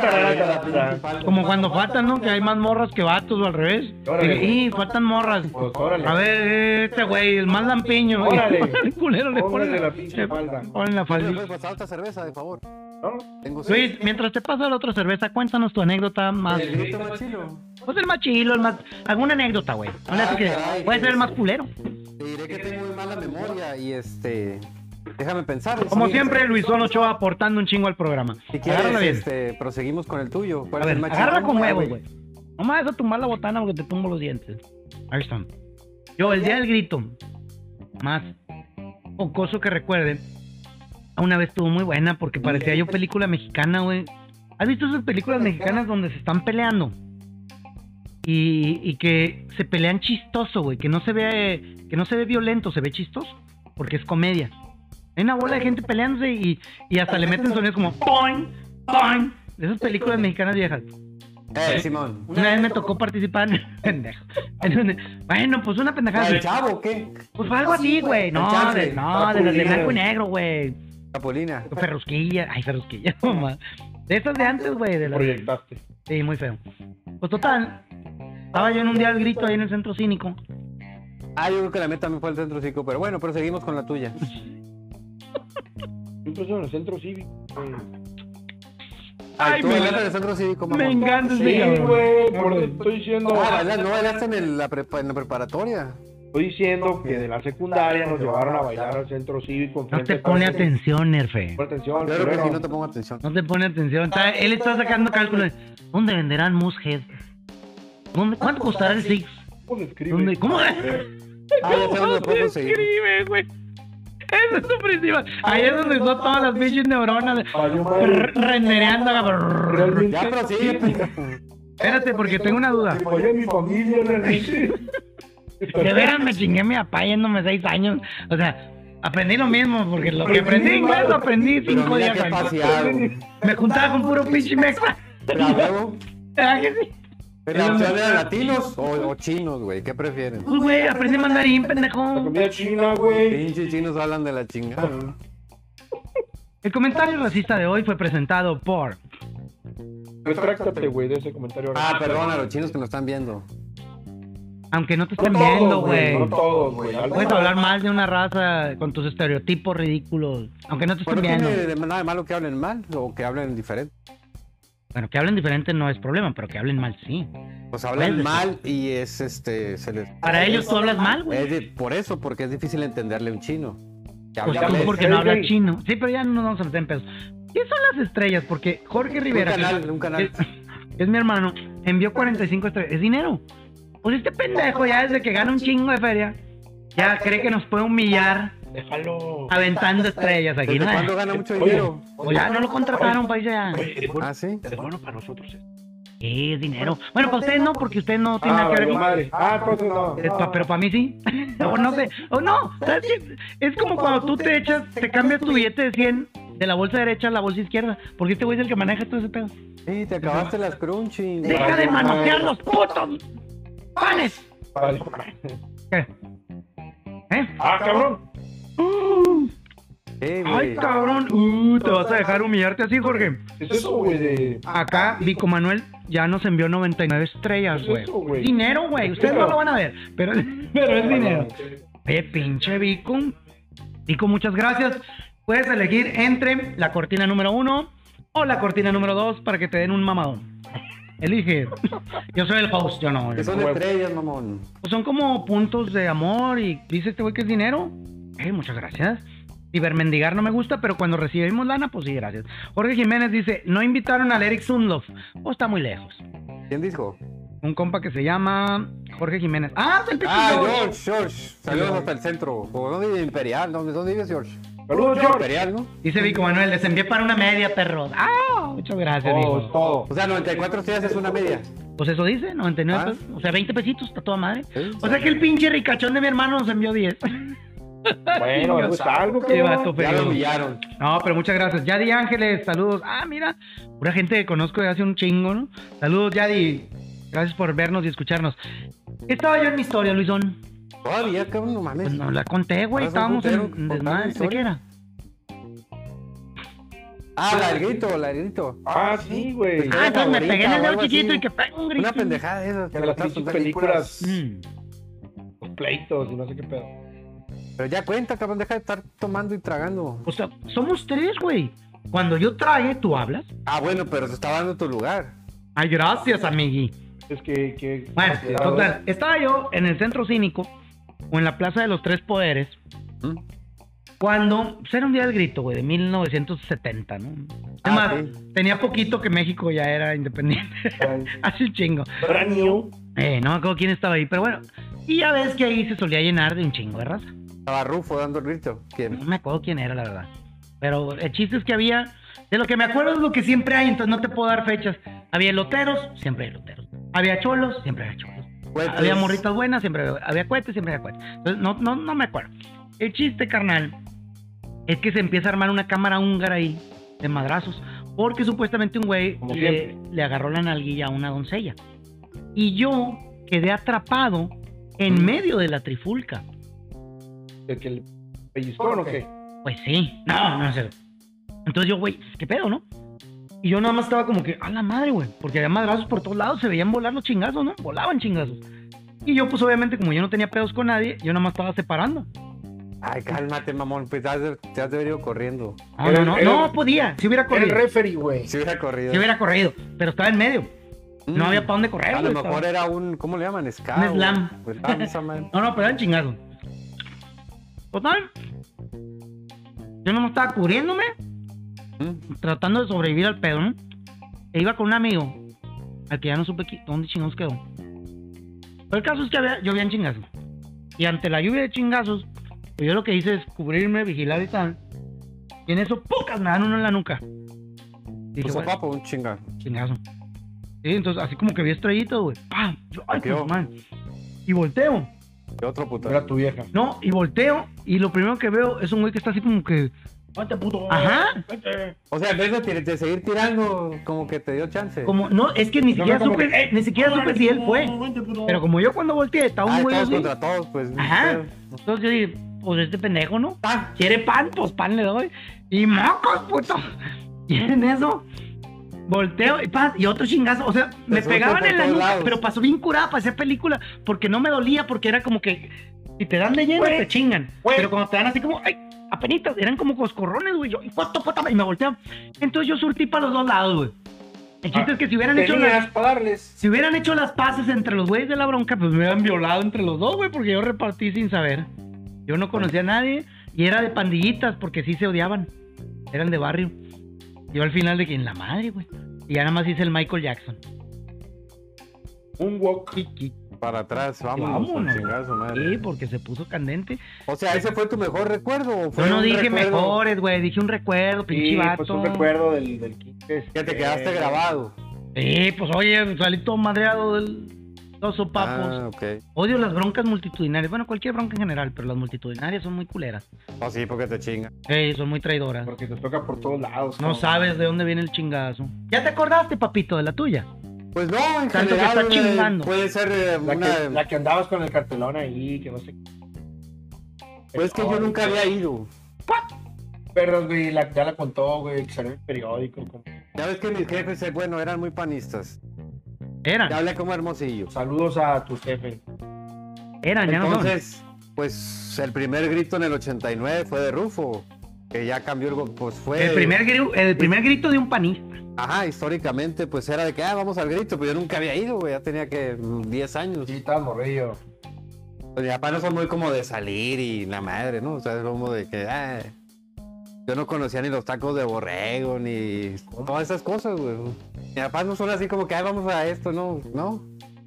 Como cuando faltan, ¿no? Que hay más morras que vatos o al revés. Órale. Y faltan morras. Pues órale. A ver, este güey, el más lampiño. Órale. El culero le Póngale pone la pinche falda. Ponen la ¿Me faldita. puedes pasar otra cerveza, de favor? ¿No? Tengo Luis, mientras te pasa la otra cerveza, cuéntanos tu anécdota más. ¿El grito más chilo? Pues el más chilo, el más. Alguna anécdota, güey. No le hace que- caray, Puede ser el más culero. Te diré que tengo muy mala memoria y este... Déjame pensar. Como sí. siempre, Luisón Ochoa aportando un chingo al programa. Si quieres, Agárrala bien. este, proseguimos con el tuyo. ¿Cuál A es ver, el más agárrala chilo? con huevos, güey. No me vas a tumbar la botana porque te tumbo los dientes. Ahí están. Yo, el día del grito, más jocoso que recuerde, una vez estuvo muy buena porque parecía yo película mexicana, güey. ¿Has visto esas películas mexicanas donde se están peleando? Y, y que se pelean chistoso, güey, que no se ve, que no se ve violento, se ve chistoso, porque es comedia. Hay una bola de gente peleándose y, y hasta le meten sonidos como ¡poing! ¡poing! De esas películas mexicanas viejas. Eh, Simón. Una vez me tocó participar en pendejo. en un- Bueno, pues una pendejada. ¿El chavo o qué? Pues fue algo así, güey. No, chanfle. de, no, de las de Capulina. blanco y negro, güey. Capulina. Ferrusquilla. Ay, Ferrusquilla, mamá. De esas de antes, güey. De las... Proyectaste. Sí, muy feo. Pues total. Estaba yo en un día al grito ahí en el centro cínico. Ah, yo creo que la meta me fue al centro cívico, pero bueno, proseguimos con la tuya. Incluso en el centro cívico. güey. Ay, tú me- bailaste en el centro cívico, mamá. Me encanta ese Sí, cabrón. güey, por eso estoy diciendo. Ah, bailaste, no bailaste en, el- la prepa- en la preparatoria. Estoy diciendo que de la secundaria nos llevaron a bailar al centro cívico. No enfrente te de pone toda- atención, Nerfe. Pon atención, Claro que pero sí, no te pongo atención. No te pone atención. Está- él está sacando cálculos. ¿Dónde venderán Moosehead? ¿Dónde, ¿Cuánto costará el Six? ¿Cómo se escribe? ¿Dónde? ¿Cómo? Ah, ya sé dónde lo puedo conseguir. escribe, güey? Esa es su principal. Ahí es donde son todas las pinches neuronas. Valió madre. r- Rendereando. Realmente. Ya prosigue, pendejo. Espérate, porque tengo una duda. Me fallé en mi familia, realmente. De veras me chingué a mi papá yéndome seis años. O sea, aprendí lo mismo, porque lo que aprendí en inglés lo aprendí Pero cinco mira días qué antes. paseado. Me juntaba con puro pinche mexa. Bravo. ¿Verdad que sí? ¿Pero la opción era latinos o, o chinos, güey? ¿Qué prefieren? Pues, güey, aprendí mandarín, La pendejo. comida china, güey. Pinches chinos hablan de la chingada. El comentario racista de hoy fue presentado por... Retráctate, güey, de ese comentario. Ah, perdón a los chinos que nos están viendo. Aunque no te No estén todos, viendo, güey. No todos, güey. Puedes hablar mal de una raza con tus estereotipos ridículos. Aunque no te estén Bueno, viendo. ¿tiene de nada de malo que hablen mal o que hablen diferente? Bueno, que hablen diferente no es problema, pero que hablen mal sí. Pues hablan Puede ser. mal y es este. Se les... Para ellos tú hablas mal, güey. Es de- por eso, porque es difícil entenderle a un chino. Que Pues habla tú inglés. porque no hablas güey. chino. Sí, pero ya no nos vamos a meter en pedos. ¿Qué son las estrellas? Porque Jorge Un Rivera, canal, que un canal. es, es mi hermano, envió cuarenta y cinco estrellas. Es dinero. Pues este pendejo ya desde que gana un chingo de feria, ya cree que nos puede humillar Déjalo. aventando estrellas aquí, ¿Desde ¿no? cuándo gana mucho Oye. dinero? O ya no lo contrataron para irse ya. Oye, es bueno, Ah, sí. es bueno para nosotros. eh. Sí, es dinero. Bueno, para ustedes no, porque ustedes no tienen Ah, nada que ver valió con... madre. Ah, entonces no. Eh, pa- Pero para mí sí. O no sé. O no. ¿Sabes qué? Es como cuando tú te echas, te cambias tu billete de cien de la bolsa derecha a la bolsa izquierda. Porque este güey es el que maneja todo ese pedo. Sí, te acabaste las crunchy. ¡Deja de manosear los putos panes! Vale. ¿Qué? ¿Eh? Ah, cabrón. Sí, güey. ¡Ay, cabrón! Uh, te vas a dejar humillarte así, Jorge. ¿Qué es eso, güey? De... Acá, Vico Manuel ya nos envió noventa y nueve estrellas, ¿Qué es güey. eso, güey? Dinero, güey. Ustedes no lo van a ver, pero, pero es dinero. Ah, Oye, pinche Vico. Vico, muchas gracias. Puedes elegir entre la cortina número uno o la cortina número dos para que te den un mamadón. Elige. Yo soy el host, yo no. yo Que no. son estrellas, mamón. Pues son como puntos de amor y dice este güey que es dinero. Eh, muchas gracias. Cibermendigar no me gusta, pero cuando recibimos lana, pues sí, gracias. Jorge Jiménez dice, no invitaron al Eric Sundloff. O está muy lejos. ¿Quién dijo? Un compa que se llama Jorge Jiménez. Ah, el Ah, George. George, George. Saludos hasta el centro. ¿O ¿Dónde vive Imperial? ¿Dónde, dónde vives, George? Saludos, George. Imperial, ¿no? Dice Vico Manuel, les envié para una media, perros. Ah, muchas gracias, Todo, Vico. es todo. O sea, noventa y cuatro estrellas es una media. Pues eso dice, noventa y nueve Ah. pesos. O sea, veinte pesitos, está toda madre. Sí. O sea que el pinche ricachón de mi hermano nos envió diez. Bueno, Dios pues algo, Qué vato cabrón. Ya lo feo. humillaron. No, pero muchas gracias. Yadi Ángeles, saludos. Ah, mira, pura gente que conozco de hace un chingo, ¿no? Saludos, Yadi. Gracias por vernos y escucharnos. Estaba yo en mi historia, Luisón. Todavía, cabrón, no mames. Pues no la conté, güey. Ahora Estábamos son en, putero, en contar desmadre. mi ¿De historia. qué era? Ah, la del grito, la del grito. Ah, sí, güey. Pues, Ah, entonces me favorita pegué en el o dedo algo chiquito así. y que pega un grito. Una pendejada de esas. Que que las pasan pinches sus películas, Mm. los pleitos y no sé qué pedo. Pero ya cuenta, cabrón, deja de estar tomando y tragando. O sea, somos tres, güey. Cuando yo trague, tú hablas. Ah, bueno, pero se estaba dando tu lugar. Ay, gracias, amigui. Es que, que Bueno, considerado- total, estaba yo en el centro cínico o en la Plaza de los Tres Poderes ¿Mm? cuando, pues era un día del grito, güey, de mil novecientos setenta, ¿no? Es Ah, más, sí. tenía poquito que México ya era independiente. Hace un chingo. Brand new. Eh, no me acuerdo quién estaba ahí, pero bueno. Y ya ves que ahí se solía llenar de un chingo de raza. Estaba Rufo dando el grito. No ¿Quién? me acuerdo quién era, la verdad. Pero el chiste es que había... De lo que me acuerdo es lo que siempre hay, entonces no te puedo dar fechas. Había eloteros, siempre hay eloteros. Había cholos, siempre había cholos. Cohetes. Había morritas buenas, siempre había, había cohetes, siempre había cohetes. Entonces, no, no, no me acuerdo. El chiste, carnal, es que se empieza a armar una cámara húngara ahí de madrazos. Porque supuestamente un güey Como le, siempre. le agarró la nalguilla a una doncella. Y yo quedé atrapado en Mm. medio de la trifulca. ¿El que el pellizcón o qué? Pues sí, no, no sé. Entonces yo, güey, ¿qué pedo, no? Y yo nada más estaba como que, a la madre, güey, porque había madrazos por todos lados, se veían volar los chingazos, ¿no? Volaban chingazos. Y yo, pues obviamente, como yo no tenía pedos con nadie, yo nada más estaba separando. Ay, cálmate, mamón. Pues te has de, te has de haber ido corriendo. No, Era- no, no, era- no podía, si hubiera Era el corrido. referee, güey. Si hubiera corrido. Si hubiera corrido, pero estaba en medio. No Mm. había para dónde correr, A lo güey, mejor estaba- era un. ¿Cómo le llaman? Ska. Un o- slam. Pues slam, esa madre. No, no, pero eran chingazos. Total. Yo no me estaba cubriéndome, Mm. tratando de sobrevivir al pedo, ¿no? E iba con un amigo, al que ya no supe qui- dónde chingados quedó. Pero el caso es que había, llovían chingazos. Y ante la lluvia de chingazos, pues yo lo que hice es cubrirme, vigilar y tal. Y en eso, ¡pucas! Me dan uno en la nuca. Dije, Pues bueno, papo, un chinga. chingazo. Sí, entonces así como que vi estrellitas, güey. ¡Pam! Yo, ¡ay, Papió. pues, man! Y volteo. De otro puto. Era tu vieja. No, y volteo. Y lo primero que veo es un güey que está así como que... Vete, puto. Ajá. Vete. O sea, en vez de, tir- de seguir tirando, como que te dio chance. Como, no, es que ni No, siquiera no, como supe, que, "Eh, ni siquiera no, supe si él fue. vete, puto". Pero como yo cuando volteé, estaba un Ah, güey todos así. contra todos, pues. Ajá. pero- Entonces yo dije, pues este pendejo, ¿no? Ah, ¿Quiere pan? Pues pan le doy. Y mocos, puto. Y en eso, volteo y paz, y otro chingazo. O sea, me suelto pegaban por en la todos nuca, lados. pero pasó bien curada para hacer película, porque no me dolía, porque era como que si te dan de lleno, Güey, te chingan. güey. Pero cuando te dan así como, ay, apenitas, eran como coscorrones, güey. Yo, y cuánto, puta, y me volteaba. Entonces yo surtí para los dos lados, güey. El chiste es que si hubieran hecho las, Tenías para darles. si hubieran hecho las paces entre los güeyes de la bronca, pues me hubieran violado entre los dos, güey, porque yo repartí sin saber. Yo no conocía a nadie y era de pandillitas porque sí se odiaban. Eran de barrio. Yo al final de que en la madre, güey. Y ya nada más hice el Michael Jackson. Un walk. para atrás, vámonos, con Vámonos. chingazo, madre. Sí, porque se puso candente. O sea, ¿ese fue tu mejor recuerdo? ¿O fue Yo no un dije recuerdo mejores, güey. Dije un recuerdo, pinche Sí, vato. pues un recuerdo del, del quince. Que te quedaste Eh, grabado. Sí, pues oye, salí todo madreado del dos sopapos. Ah, ok. Odio las broncas multitudinarias. Bueno, cualquier bronca en general, pero las multitudinarias son muy culeras. Oh, sí, porque te chinga. Ey, son muy traidoras. Porque te toca por todos lados. No cabrón. sabes de dónde viene el chingazo. ¿Ya te acordaste, papito, de la tuya? Pues no, en Tanto que general está eh, chingando. puede ser eh, La una... que, la que andabas con el cartelón ahí, que no sé. Pues que yo nunca había ido. Perdón, güey, la, ya la contó, güey, que salió en el periódico. Como... Ya ves que mis jefes, eh, bueno, eran muy panistas. Eran, Ya hablé como Hermosillo. Saludos a tu jefe. eran, ya no son. Entonces, pues el primer grito en el ochenta y nueve fue de Rufo. Que ya cambió el... go- Pues fue... El primer, gri- el primer grito de un panista. Ajá, históricamente, pues era de que, ah, vamos al grito. Pero yo nunca había ido, güey. Ya tenía que mm, diez años. Sí, estaba morrillo. Pues mis papás no son muy como de salir y la madre, ¿no? O sea, es como de que, ah, yo no conocía ni los tacos de borrego, ni todas esas cosas, güey. Mis papás no son así como que, ah, vamos a esto, no, no.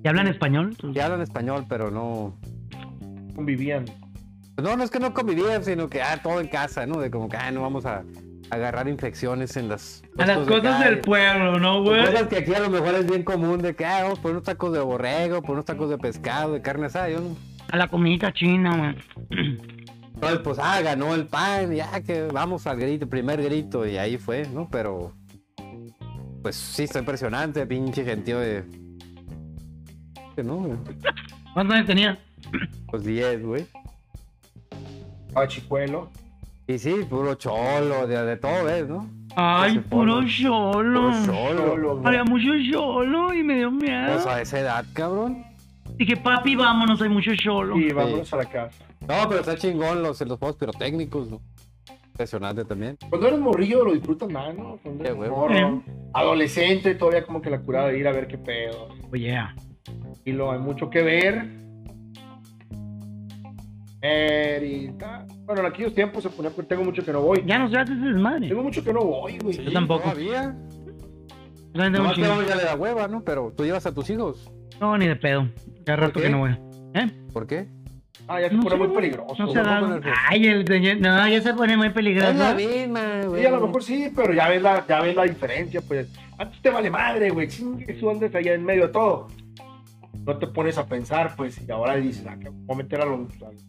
¿Y hablan español? Y hablan español, pero no... Convivían. No, no es que no convivían, sino que, ah, todo en casa, ¿no? De como que, ah, no vamos a agarrar infecciones en las... A las cosas del pueblo, ¿no, güey? Cosas que aquí a lo mejor es bien común, de que, ah, vamos por unos tacos de borrego, por unos tacos de pescado, de carne asada, yo no... A la comidita china, güey. Entonces, pues, ah, ganó el pan, ya que vamos al grito, primer grito, y ahí fue, ¿no? Pero, pues, sí, está impresionante, pinche gentío de... ¿No, güey? ¿Cuántos años tenía? Pues diez, güey. Ah, chicuelo. Y sí, puro cholo, de, de todo, ¿ves, no? Ay, Ese puro polvo. cholo. Puro cholo. Había mucho cholo y me dio miedo. Pues a esa edad, cabrón. Dije, papi, vámonos, hay mucho cholo. Y vámonos a la casa. No, pero está chingón los, los juegos pirotécnicos, ¿no? Impresionante también. Cuando eres morrillo lo disfrutas más, ¿no? Cuando Qué eres huevo. morro, adolescente, todavía como que la curada de ir a ver qué pedo. Oye, Y lo hay mucho que ver. Ver y tal. Bueno, en aquellos tiempos se ponía, pues tengo mucho que no voy. ya no se hace ese desmadre. Tengo mucho que no voy, güey. Yo tampoco. Todavía. Yo también tengo un Nomás chingo. que ya le da hueva, ¿no? Pero tú llevas a tus hijos. No, ni de pedo. Ya rato qué? que no voy. ¿Eh? ¿Por qué? Ah, ya se No pone sé, muy güey. peligroso. No se ¿no? da. con el- Ay, el señor. No, ya se pone muy peligroso. Es la misma, güey. Sí, a lo mejor sí, pero ya ves la, ya ves la diferencia, pues. Antes te vale madre, güey. Chingue, tú andas allá en medio de todo. No te pones a pensar, pues, y ahora dices, ah, que voy a meter a los...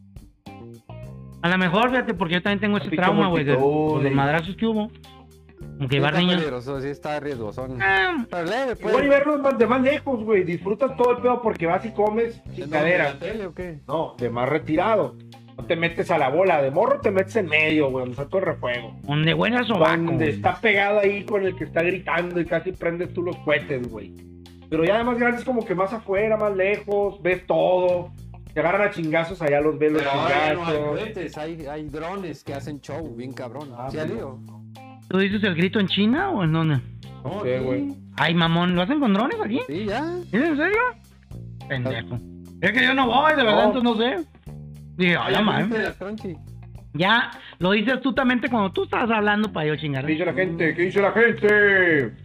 A lo mejor, fíjate, porque yo también tengo ese Pico trauma, güey, de, multitud, de los y- madrazos que hubo. Como que Sí llevar está niños. peligroso, sí está riesgoso. Ah, Pero leve, pues. Igual y verlos más, de más lejos, güey. Disfrutas todo el pedo porque vas y comes sin cadera. ¿En la tele o qué? No, de más retirado. No te metes a la bola. De morro te metes en medio, güey, donde está todo el refuego. donde huele a sobaco. Donde está pegado ahí con el que está gritando y casi prendes tú los cohetes, güey. Pero ya de más grande es como que más afuera, más lejos, ves todo. Te agarran a chingazos, allá los ves los Pero ahora no hay chingazos. cohetes, hay, hay drones que hacen show, bien cabrón. Ah, ¿Sí, pues, Alio? ¿Tú dices el grito en China o en dónde? No sé, güey. Ay, mamón, ¿lo hacen con drones aquí? Sí, ya. ¿Es en serio? Pendejo. Es que yo no voy, de verdad, No. entonces no sé. Dije, ay, Ya madre. viste las crunchy. Ya lo dices astutamente cuando tú estabas hablando para yo chingar. ¿Qué dice la gente? ¿Qué dice la gente?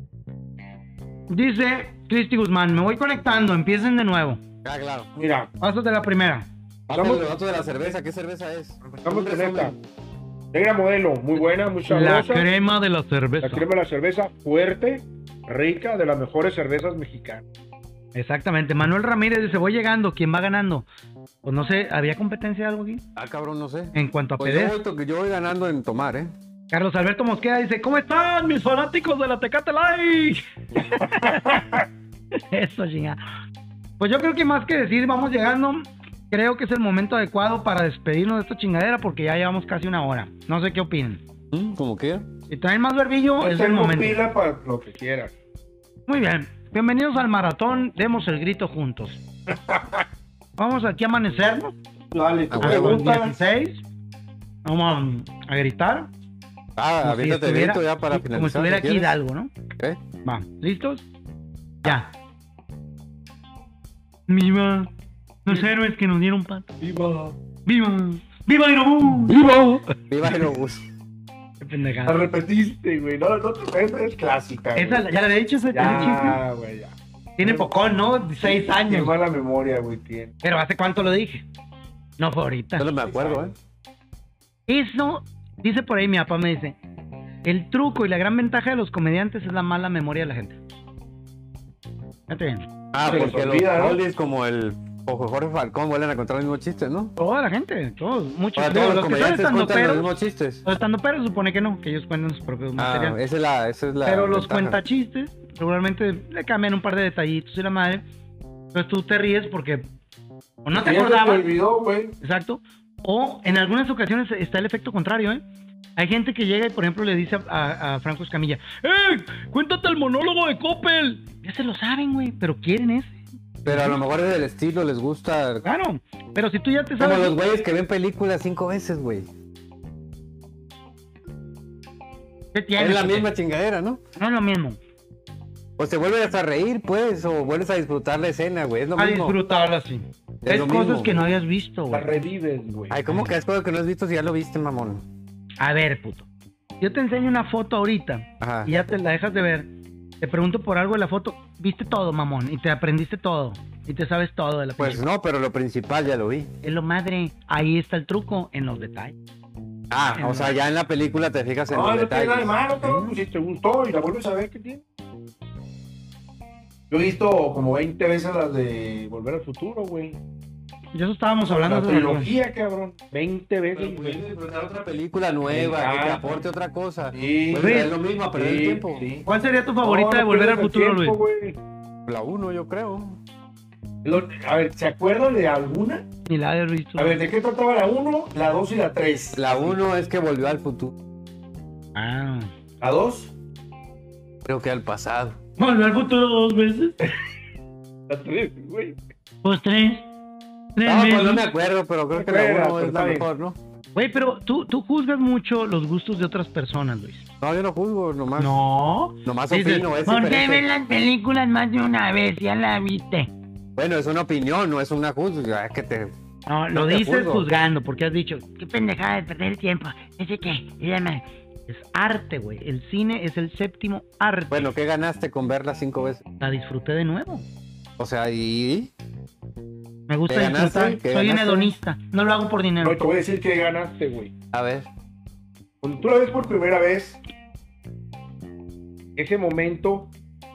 Dice Cristi Guzmán, me voy conectando, empiecen de nuevo. Ah, claro. Mira, Pásate la primera. Vamos el dato de la cerveza. ¿Qué cerveza es? estamos con esta. Negra modelo, muy buena, muy La sabrosa. crema de la cerveza. La crema de la cerveza, fuerte, rica, de las mejores cervezas mexicanas. Exactamente. Manuel Ramírez dice, voy llegando, ¿quién va ganando? Pues no sé, ¿había competencia de algo aquí? Ah, cabrón, no sé. En cuanto a Pues yo pedez. voy, to- yo voy ganando en tomar, ¿eh? Carlos Alberto Mosqueda dice, ¿cómo están mis fanáticos de la Tecate Light? Eso, chinga. Pues yo creo que más que decir, vamos llegando, creo que es el momento adecuado para despedirnos de esta chingadera porque ya llevamos casi una hora. No sé qué opinan. ¿Mm? ¿Cómo que? Si traen más verbillo, es el Tengo momento. pila para lo que quieras. Muy bien. Bienvenidos al maratón, demos el grito juntos. Vamos aquí a amanecernos. Dale, tu Ah, A las huevo. pregunta. dieciséis. Vamos a, a gritar. Ah, Como si aviéntate el estuviera- grito ya para Como si finalizar. estuviera si aquí quieres. Hidalgo, ¿no? ¿Eh? Va, ¿listos? Ya. Viva los héroes que nos dieron pata. Viva. Viva. Viva Aerobús. Viva. Viva Aerobús. Qué La pendejada. repetiste, güey. No, no, te- esa es clásica. güey. Esa, ya le había dicho ese, ese chiste. Ya, güey, ya. Tiene pocón, ¿no? Seis Qué años. mala memoria, güey, tiene. Pero ¿hace cuánto lo dije? No fue ahorita. Yo no me acuerdo, ¿eh? Eso, dice por ahí mi papá, me dice, el truco y la gran ventaja de los comediantes es la mala memoria de la gente. Fíjate bien. Ah, Se les porque olvida, los ¿no? oldies como el Ojo Jorge Falcón vuelven a contar los mismos chistes, ¿no? Toda la gente, todos, muchos. Ahora digo, todos los los que son comediantes estando cuentan los peros, mismos chistes. los estando peros supone que no, que ellos cuentan sus propios Ah, materiales. esa es la, esa es la Pero los ventaja. cuentachistes regularmente le cambian un par de detallitos y la madre. Entonces tú te ríes porque o no te Ya se acordabas, olvidó, güey. exacto, o en algunas ocasiones está el efecto contrario, ¿eh? Hay gente que llega y, por ejemplo, le dice a, a- a Franco Escamilla, ¡eh! ¡Cuéntate el monólogo de Coppel! Ya se lo saben, güey, pero quieren ese. Pero a lo mejor es del estilo, les gusta. Claro, pero si tú ya te Como sabes... los güeyes que ven películas cinco veces, güey. ¿Qué tienes? Es la ¿O qué? misma chingadera, ¿no? No es lo mismo. O te vuelves a reír, pues, o vuelves a disfrutar la escena, güey. Es lo A mismo. disfrutarla así. Es Es lo cosas mismo, que no güey. habías visto, La güey. revives, güey. Ay, ¿cómo que es algo que no has visto si ya lo viste, mamón? A ver, puto. Yo te enseño una foto ahorita Ajá. y ya te la dejas de ver. te pregunto por algo de la foto, viste todo, mamón, y te aprendiste todo, y te sabes todo de la película. Pues no, pero lo principal ya lo vi. Es lo madre, ahí está el truco, en los detalles. Ah, o sea, ya en la película te fijas en No, los no tiene nada de detalles. malo, cabrón. Pues si te gustó y la vuelves a ver, ¿qué tiene? Yo he visto como veinte veces las de Volver al Futuro, güey. De eso estábamos hablando. La hace rato. trilogía, cabrón. veinte veces. Pero pudieras disfrutar otra película nueva, Me que te encanta. aporte otra cosa. Sí, Pues sí. es lo mismo, a perder el Sí, tiempo. sí. ¿Cuál sería tu favorita No, de no Volver al pierdes el Futuro, tiempo, Luis? güey. La uno, yo creo. Lo- A ver, ¿se acuerdan de alguna? Ni la de Luis. A ver, ¿de qué trataba la uno, la dos y la tres? La uno es que volvió al futuro. Ah. ¿La dos? Creo que al pasado. Volver al Futuro dos veces. La tres, güey. Pues tres. Tres No, pues no veces. me acuerdo, pero creo que Me la acuerdo, uno pero es la está bien. mejor, ¿no? Güey, pero tú, tú juzgas mucho los gustos de otras personas, Luis. No, yo no juzgo, nomás. No. Nomás Dices, opino, es ¿por qué diferente. ves las películas más de una vez? Ya la viste. Bueno, es una opinión, no es una juzga. Es que te. No, No lo te dices juzgo. juzgando, porque has dicho, qué pendejada de perder el tiempo. Ese qué, y demás. Es arte, güey. El cine es el séptimo arte. Bueno, ¿qué ganaste con verla cinco veces? La disfruté de nuevo. O sea, y. Me gusta ¿Qué ganaste? disfrutar. ¿Qué Soy un ganaste? hedonista. No lo hago por dinero. No, te voy a decir que ganaste, güey. A ver. Cuando tú la ves por primera vez, ese momento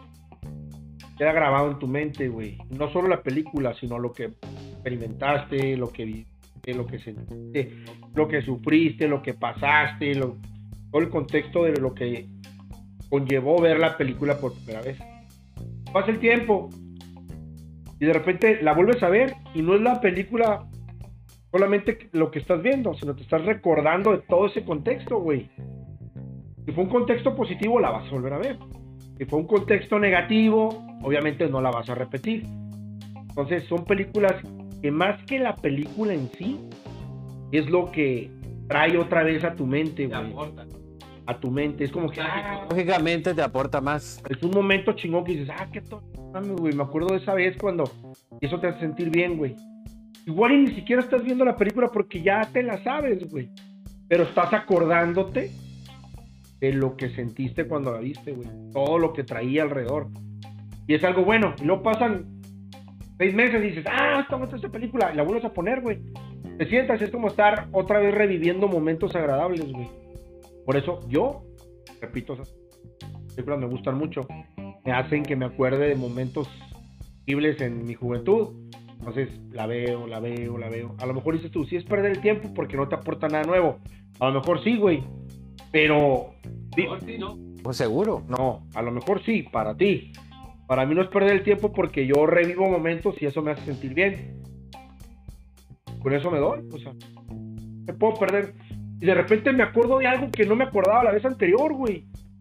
queda grabado en tu mente, güey. No solo la película, sino lo que experimentaste, lo que viste, lo que sentiste, lo que sufriste, lo que pasaste, lo- todo el contexto de lo que conllevó ver la película por primera vez. Pasa el tiempo y de repente la vuelves a ver y no es la película solamente lo que estás viendo, sino te estás recordando de todo ese contexto, güey. Si fue un contexto positivo, la vas a volver a ver. Si fue un contexto negativo, obviamente no la vas a repetir. Entonces son películas que más que la película en sí, es lo que trae otra vez a tu mente, Te güey. aporta. A tu mente. Es como que ah, Lógicamente te aporta más. es un momento chingón que dices, ah, qué to... mames, güey. Me acuerdo de esa vez cuando... Y eso te hace sentir bien, güey. Igual y ni siquiera estás viendo la película porque ya te la sabes, güey. Pero estás acordándote de lo que sentiste cuando la viste, güey. Todo lo que traía alrededor. Y es algo bueno. Y luego pasan seis meses y dices, ah, está buena esta película. Y la vuelves a poner, güey. Te sientas, es como estar otra vez reviviendo momentos agradables, güey. Por eso yo, repito, esas películas me gustan mucho. Me hacen que me acuerde de momentos horribles en mi juventud. Entonces la veo, la veo, la veo. A lo mejor dices tú, sí es perder el tiempo porque no te aporta nada nuevo. A lo mejor sí, güey. Pero... No, sí, no. Pues seguro. No, a lo mejor sí, para ti. Para mí no es perder el tiempo porque yo revivo momentos y eso me hace sentir bien. Con eso me doy, o sea, me puedo perder. Y de repente me acuerdo de algo que no me acordaba la vez anterior, güey.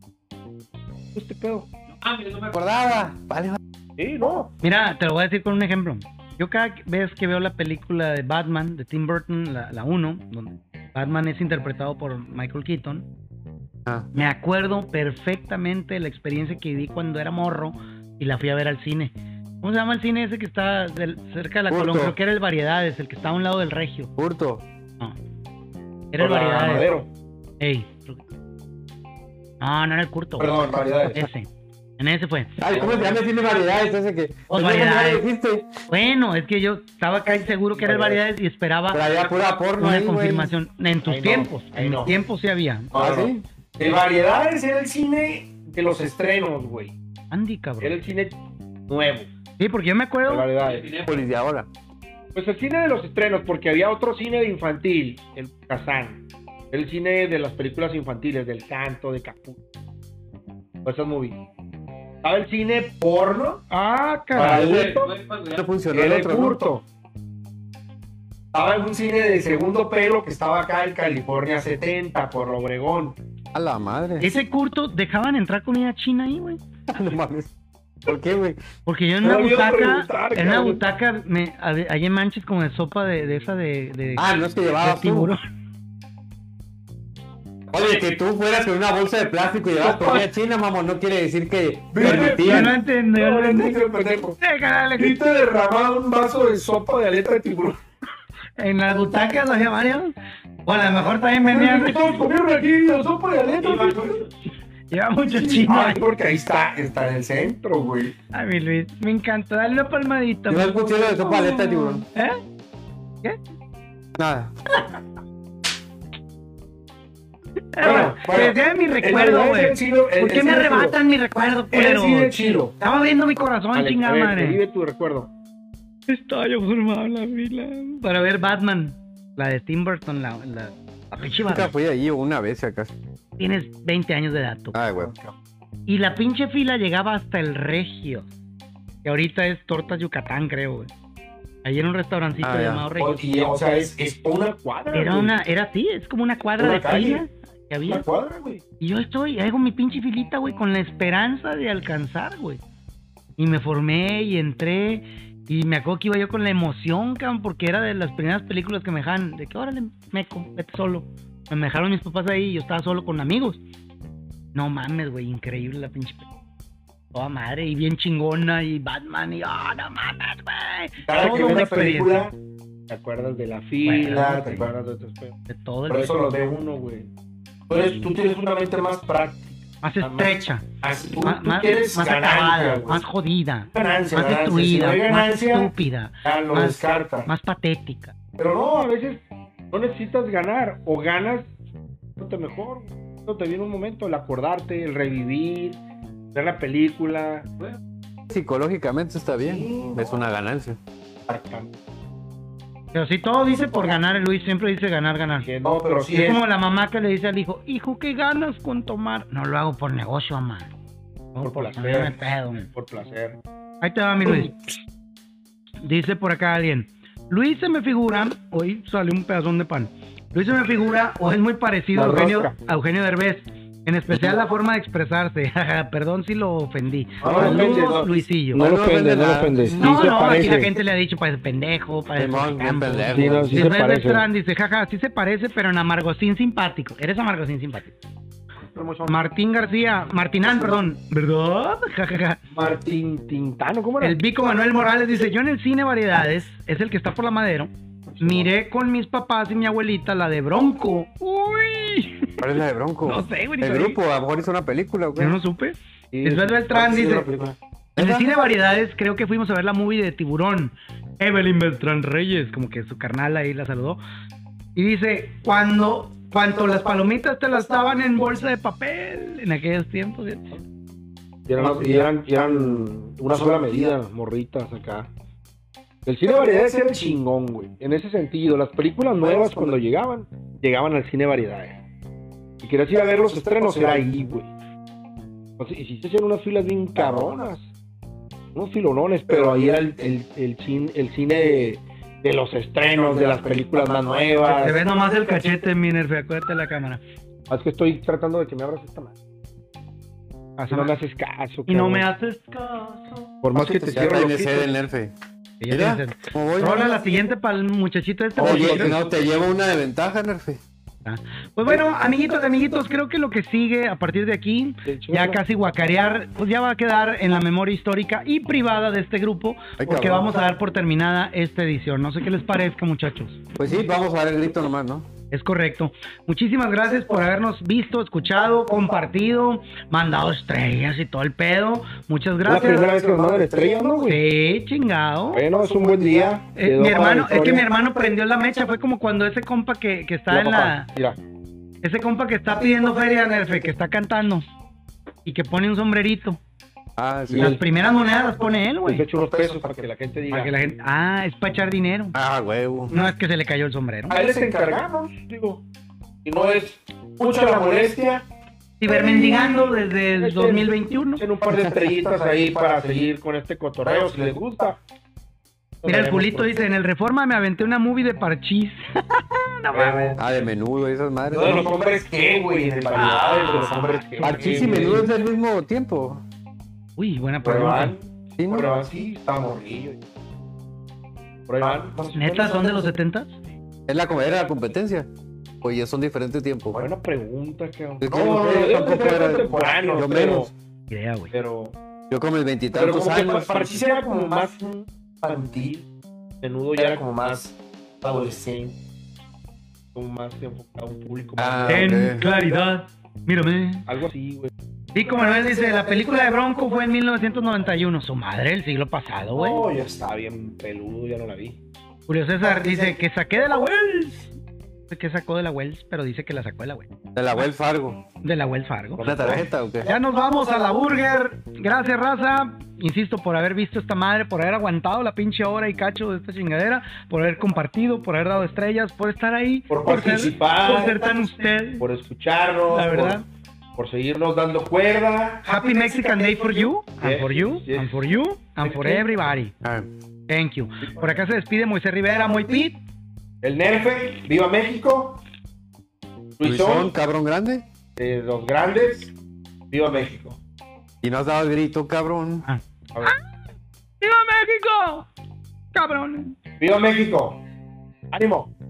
Este pedo. Ah, mira, no me acuerdo. Acordaba. Vale, vale. Sí, no. Mira, te lo voy a decir con un ejemplo. Yo cada vez que veo la película de Batman, de Tim Burton, la uno, donde Batman es interpretado por Michael Keaton, Ah. me acuerdo perfectamente de la experiencia que viví cuando era morro y la fui a ver al cine. ¿Cómo se llama el cine ese que está del- cerca de la Hurto. Colón? Creo que era el Variedades, el que está a un lado del Regio. Hurto. No. Era el Por la Variedades. Madero. Ey. creo que- No, no era el Curto. Perdón, variedades. Ese. En ese fue. Ay, ¿cómo se llama? Tiene variedades ese que. Pues Ese que variedades. ya lo dijiste. Bueno, es que yo estaba casi seguro que era el Variedades y esperaba Pero había pura porno una ahí, güey. confirmación. En tus Ahí no, tiempos. ahí En no. mis tiempos sí había. Ah, No, no. sí. El variedades era el cine de los estrenos, güey. Andy, Era cabrón. el cine nuevo. Sí, porque yo me El acuerdo. variedades. Polis de ahora. Pues el cine de los estrenos, porque había otro cine de infantil, el Kazán. El cine de las películas infantiles, del Canto, de Caput. Esas movies. Estaba el cine porno. Ah, Para caray. el- fue cuando ya- No funcionó el Era el otro, ¿no? curto. Estaba en un cine de segundo pelo que estaba acá en California setenta, por Obregón. A la madre. Ese curto dejaban entrar comida china ahí, güey. No mames. ¿Por qué, güey? Porque yo en No una lo iba a butaca, preguntar, en una cabrón. butaca, me, hay en manches como de sopa de, de esa de, de, Ah, no es que de llevabas tú. tiburón. Oye, que tú fueras con una bolsa de plástico y llevabas comida china, mamón, no quiere decir que Mira, Yo no permitían. entiendo, yo no entiendo. pendejo. Déjale, Y te derramaba un vaso de sopa de aleta de tiburón. en las butacas había varios. O a lo mejor también venían. Todos comieron aquí la sopa de aleta de tiburón. Lleva mucho chino. Ay, porque ahí está, está en el centro, güey. Ay, mi Luis, me encanta. Dale una palmadita. Lleva el por cuchillo de favor. tu paleta, tiburón. ¿Eh? ¿Qué? Nada. Bueno, Que bueno, sea mi el recuerdo, Navidad güey. es el chilo, el- ¿Por qué el me cine arrebatan mi recuerdo, El culero? cine chilo. Estaba viendo mi corazón, Vale, chingada a ver, madre. revive tu recuerdo. Estaba yo formado la fila para ver Batman, la de Tim Burton, la, la, la pinche Nunca Batman. fui allí una vez acá. Tienes veinte años de edad, tú. Ay, güey. Y la pinche fila llegaba hasta el Regio, que ahorita es Tortas Yucatán, creo, güey. Ahí en un restaurancito Ah, ya. llamado Regio. Oye, o sea, es, es una cuadra. Era güey. una, era así, es como una cuadra Una de calle. fila que había. Una cuadra, güey. Y yo estoy, hago mi pinche filita, güey, con la esperanza de alcanzar, güey. Y me formé y entré. Y me acuerdo que iba yo con la emoción, cabrón, porque era de las primeras películas que me dejaban. De que, órale, meco, vete solo. Me dejaron mis papás ahí y yo estaba solo con amigos. No mames, güey, increíble la pinche película. Toda madre, y bien chingona, y Batman, y oh, no mames, güey. Cada que Toda ves una la película, experiencia. te acuerdas de la fila, Bueno, te acuerdas de otros pedos. De todo el Por eso lo ve uno, güey. Tú, eres- tú tienes una mente más práctica. más estrecha, Así, tú, más, tú más, quieres más ganancia, acabada, güey. más jodida, Ganancia, más ganancia. destruida, Si no hay más ganancia, estúpida, ya lo más- descarta. más patética. Pero no, a veces no necesitas ganar. O ganas, no te mejor. No te viene un momento el acordarte, el revivir, ver la película. Psicológicamente está bien. Es una ganancia. Pero si todo dice por ganar, Luis siempre dice ganar, ganar. No, pero sí Es es. como la mamá que le dice al hijo, hijo, ¿qué ganas con tomar? No lo hago por negocio, mamá. No, Por por placer. ponerme pedo. Por placer. Ahí te va, mi Luis. Dice por acá alguien, Luis se me figura, hoy salió un pedazón de pan. Luis se me figura o es muy parecido a La Eugenio, rosca. a Eugenio Derbez. En especial la forma de expresarse. Perdón si lo ofendí. No lo Saludos, ofendes, no. Luisillo. No No lo lo ofende, ofende no lo nada. ofende. Sí No, se no, aquí parece. la gente le ha dicho, parece pendejo, parece Simón, bien campo. pendejo. Sí, no, sí se Después parece. Beltrán dice, jaja, sí se parece, pero en amargosín simpático. Eres amargosín simpático. Martín García, Martinán, perdón. ¿Verdad? Jajaja. Martín Tintano, ¿cómo era? El Vico Manuel Morales dice, yo en el cine Variedades, es el que está por la Madero, miré con mis papás y mi abuelita la de Bronco. Uy. ¿Cuál es la de Bronco? No sé, güey. El grupo, a lo mejor hizo una película, güey. Yo no supe. Sí, Lisbeth sí. Beltrán Sí, dice, la película. en el ¿Esa? cine Variedades creo que fuimos a ver la movie de Tiburón. Evelyn Beltrán Reyes, como que su carnal ahí la saludó. Y dice, cuando, cuando las palomitas te las daban en bolsa de papel en aquellos tiempos. ¿cierto? Y eran, y eran, y eran una sola medida, morritas acá. El cine variedades era chingón, güey. En ese sentido, las películas nuevas cuando llegaban, llegaban al cine variedades. Si querías ir a ver los estrenos, era ahí, güey. O sea, y si se hacían unas filas bien cabronas, unos filonones, pero ahí era el, el, el, cine, el cine de, de los estrenos, de las películas más nuevas. Te ves nomás el cachete, mi nerfe, acuérdate de la cámara. Es que estoy tratando de que me abras esta mano. Así no me haces caso, Y no cabrón. me haces caso. Por más que te Ya cierro trae los el C del Nerfe. Que ya Mira, tienes el- ¿cómo voy? Rola la siguiente para el muchachito este. Oye, porque- no, te llevo una de ventaja, Nerfe. Pues bueno, amiguitos, amiguitos, creo que lo que sigue a partir de aquí, ya casi guacarear, pues ya va a quedar en la memoria histórica y privada de este grupo, Ay, porque cabrón. vamos a dar por terminada esta edición. No sé qué les parezca, muchachos. Pues sí, vamos a dar el grito nomás, ¿no? Es correcto. Muchísimas gracias por habernos visto, escuchado, compartido, mandado estrellas y todo el pedo. Muchas Es la primera gracias. vez que nos mandan estrellas, ¿no, güey? Sí, chingado. Bueno, es un buen día. Eh, Quedó mi para hermano, la es que historia. mi hermano prendió la mecha, fue como cuando ese compa que, que está Mira, en la... papá, mira. Ese compa que está pidiendo feria, Nerfe, que está cantando y que pone un sombrerito. Ah, sí. Y Las el- primeras monedas las pone él, Les güey. echo unos pesos para que la gente diga. Para que la gente... Ah, es para echar dinero. Ah, huevo. No es que se le cayó el sombrero. A él les encargamos, digo. Y no es mucha la molestia. Cibermendigando desde el dos mil veintiuno. En un par de estrellitas ahí para seguir con este cotorreo, si les gusta. Mira, el Pulito dice, en el Reforma me aventé una movie de parchís. No mames. Ah, de menudo y esas madres. No de los hombres qué, güey, de variedades de los hombres qué. Parchís y güey. menudo es del mismo tiempo. Uy, buena Por ahí pregunta. van, Sí, por ahí ¿no? van, sí, está morrillo. Por ahí van. ¿Neta son de los setentas? Es la comedia de la competencia. Oye, son diferentes tiempos. Buena pregunta, cabrón. Es que No, yo no, creo no, que yo tampoco creo que era- contemporáneo, yo pero- menos. Idea, güey. Pero, Yo con mis pero veintitantos como que años. Parchís era como más infantil. Menudo ya era como más adolescente. Como más enfocado a un público más. Ah, En ok. claridad, mírame. Algo así, güey. Sí, como él dice, la película de Bronco fue en mil novecientos noventa y uno. Su madre, el siglo pasado, güey. Oh, ya está bien peludo, ya no la vi. Julio César dice que saqué de la Wells. Dice que sacó de la Wells, pero dice que la sacó de la Wells. De la Wells Fargo. De la Wells Fargo. ¿Una tarjeta o qué? Ya nos vamos a la burger. Gracias, raza. Insisto, por haber visto esta madre, por haber aguantado la pinche hora y cacho de esta chingadera, por haber compartido, por haber dado estrellas, por estar ahí, Por participar. ser, por ser tan usted. Por escucharnos. La verdad. Por, por seguirnos dando cuerda. Happy Mexican Day for you, and Yes, for you, yes. and for you, and for everybody. Ah, Thank you. Por acá se despide Moisés Rivera, Moy Pit. El Nerfe, viva México. Luisón, Luisón, cabrón grande. eh, los grandes, viva México. Y no has dado el grito, cabrón. Ah. A ver. ¡Viva México! Cabrón. Viva México. Ánimo.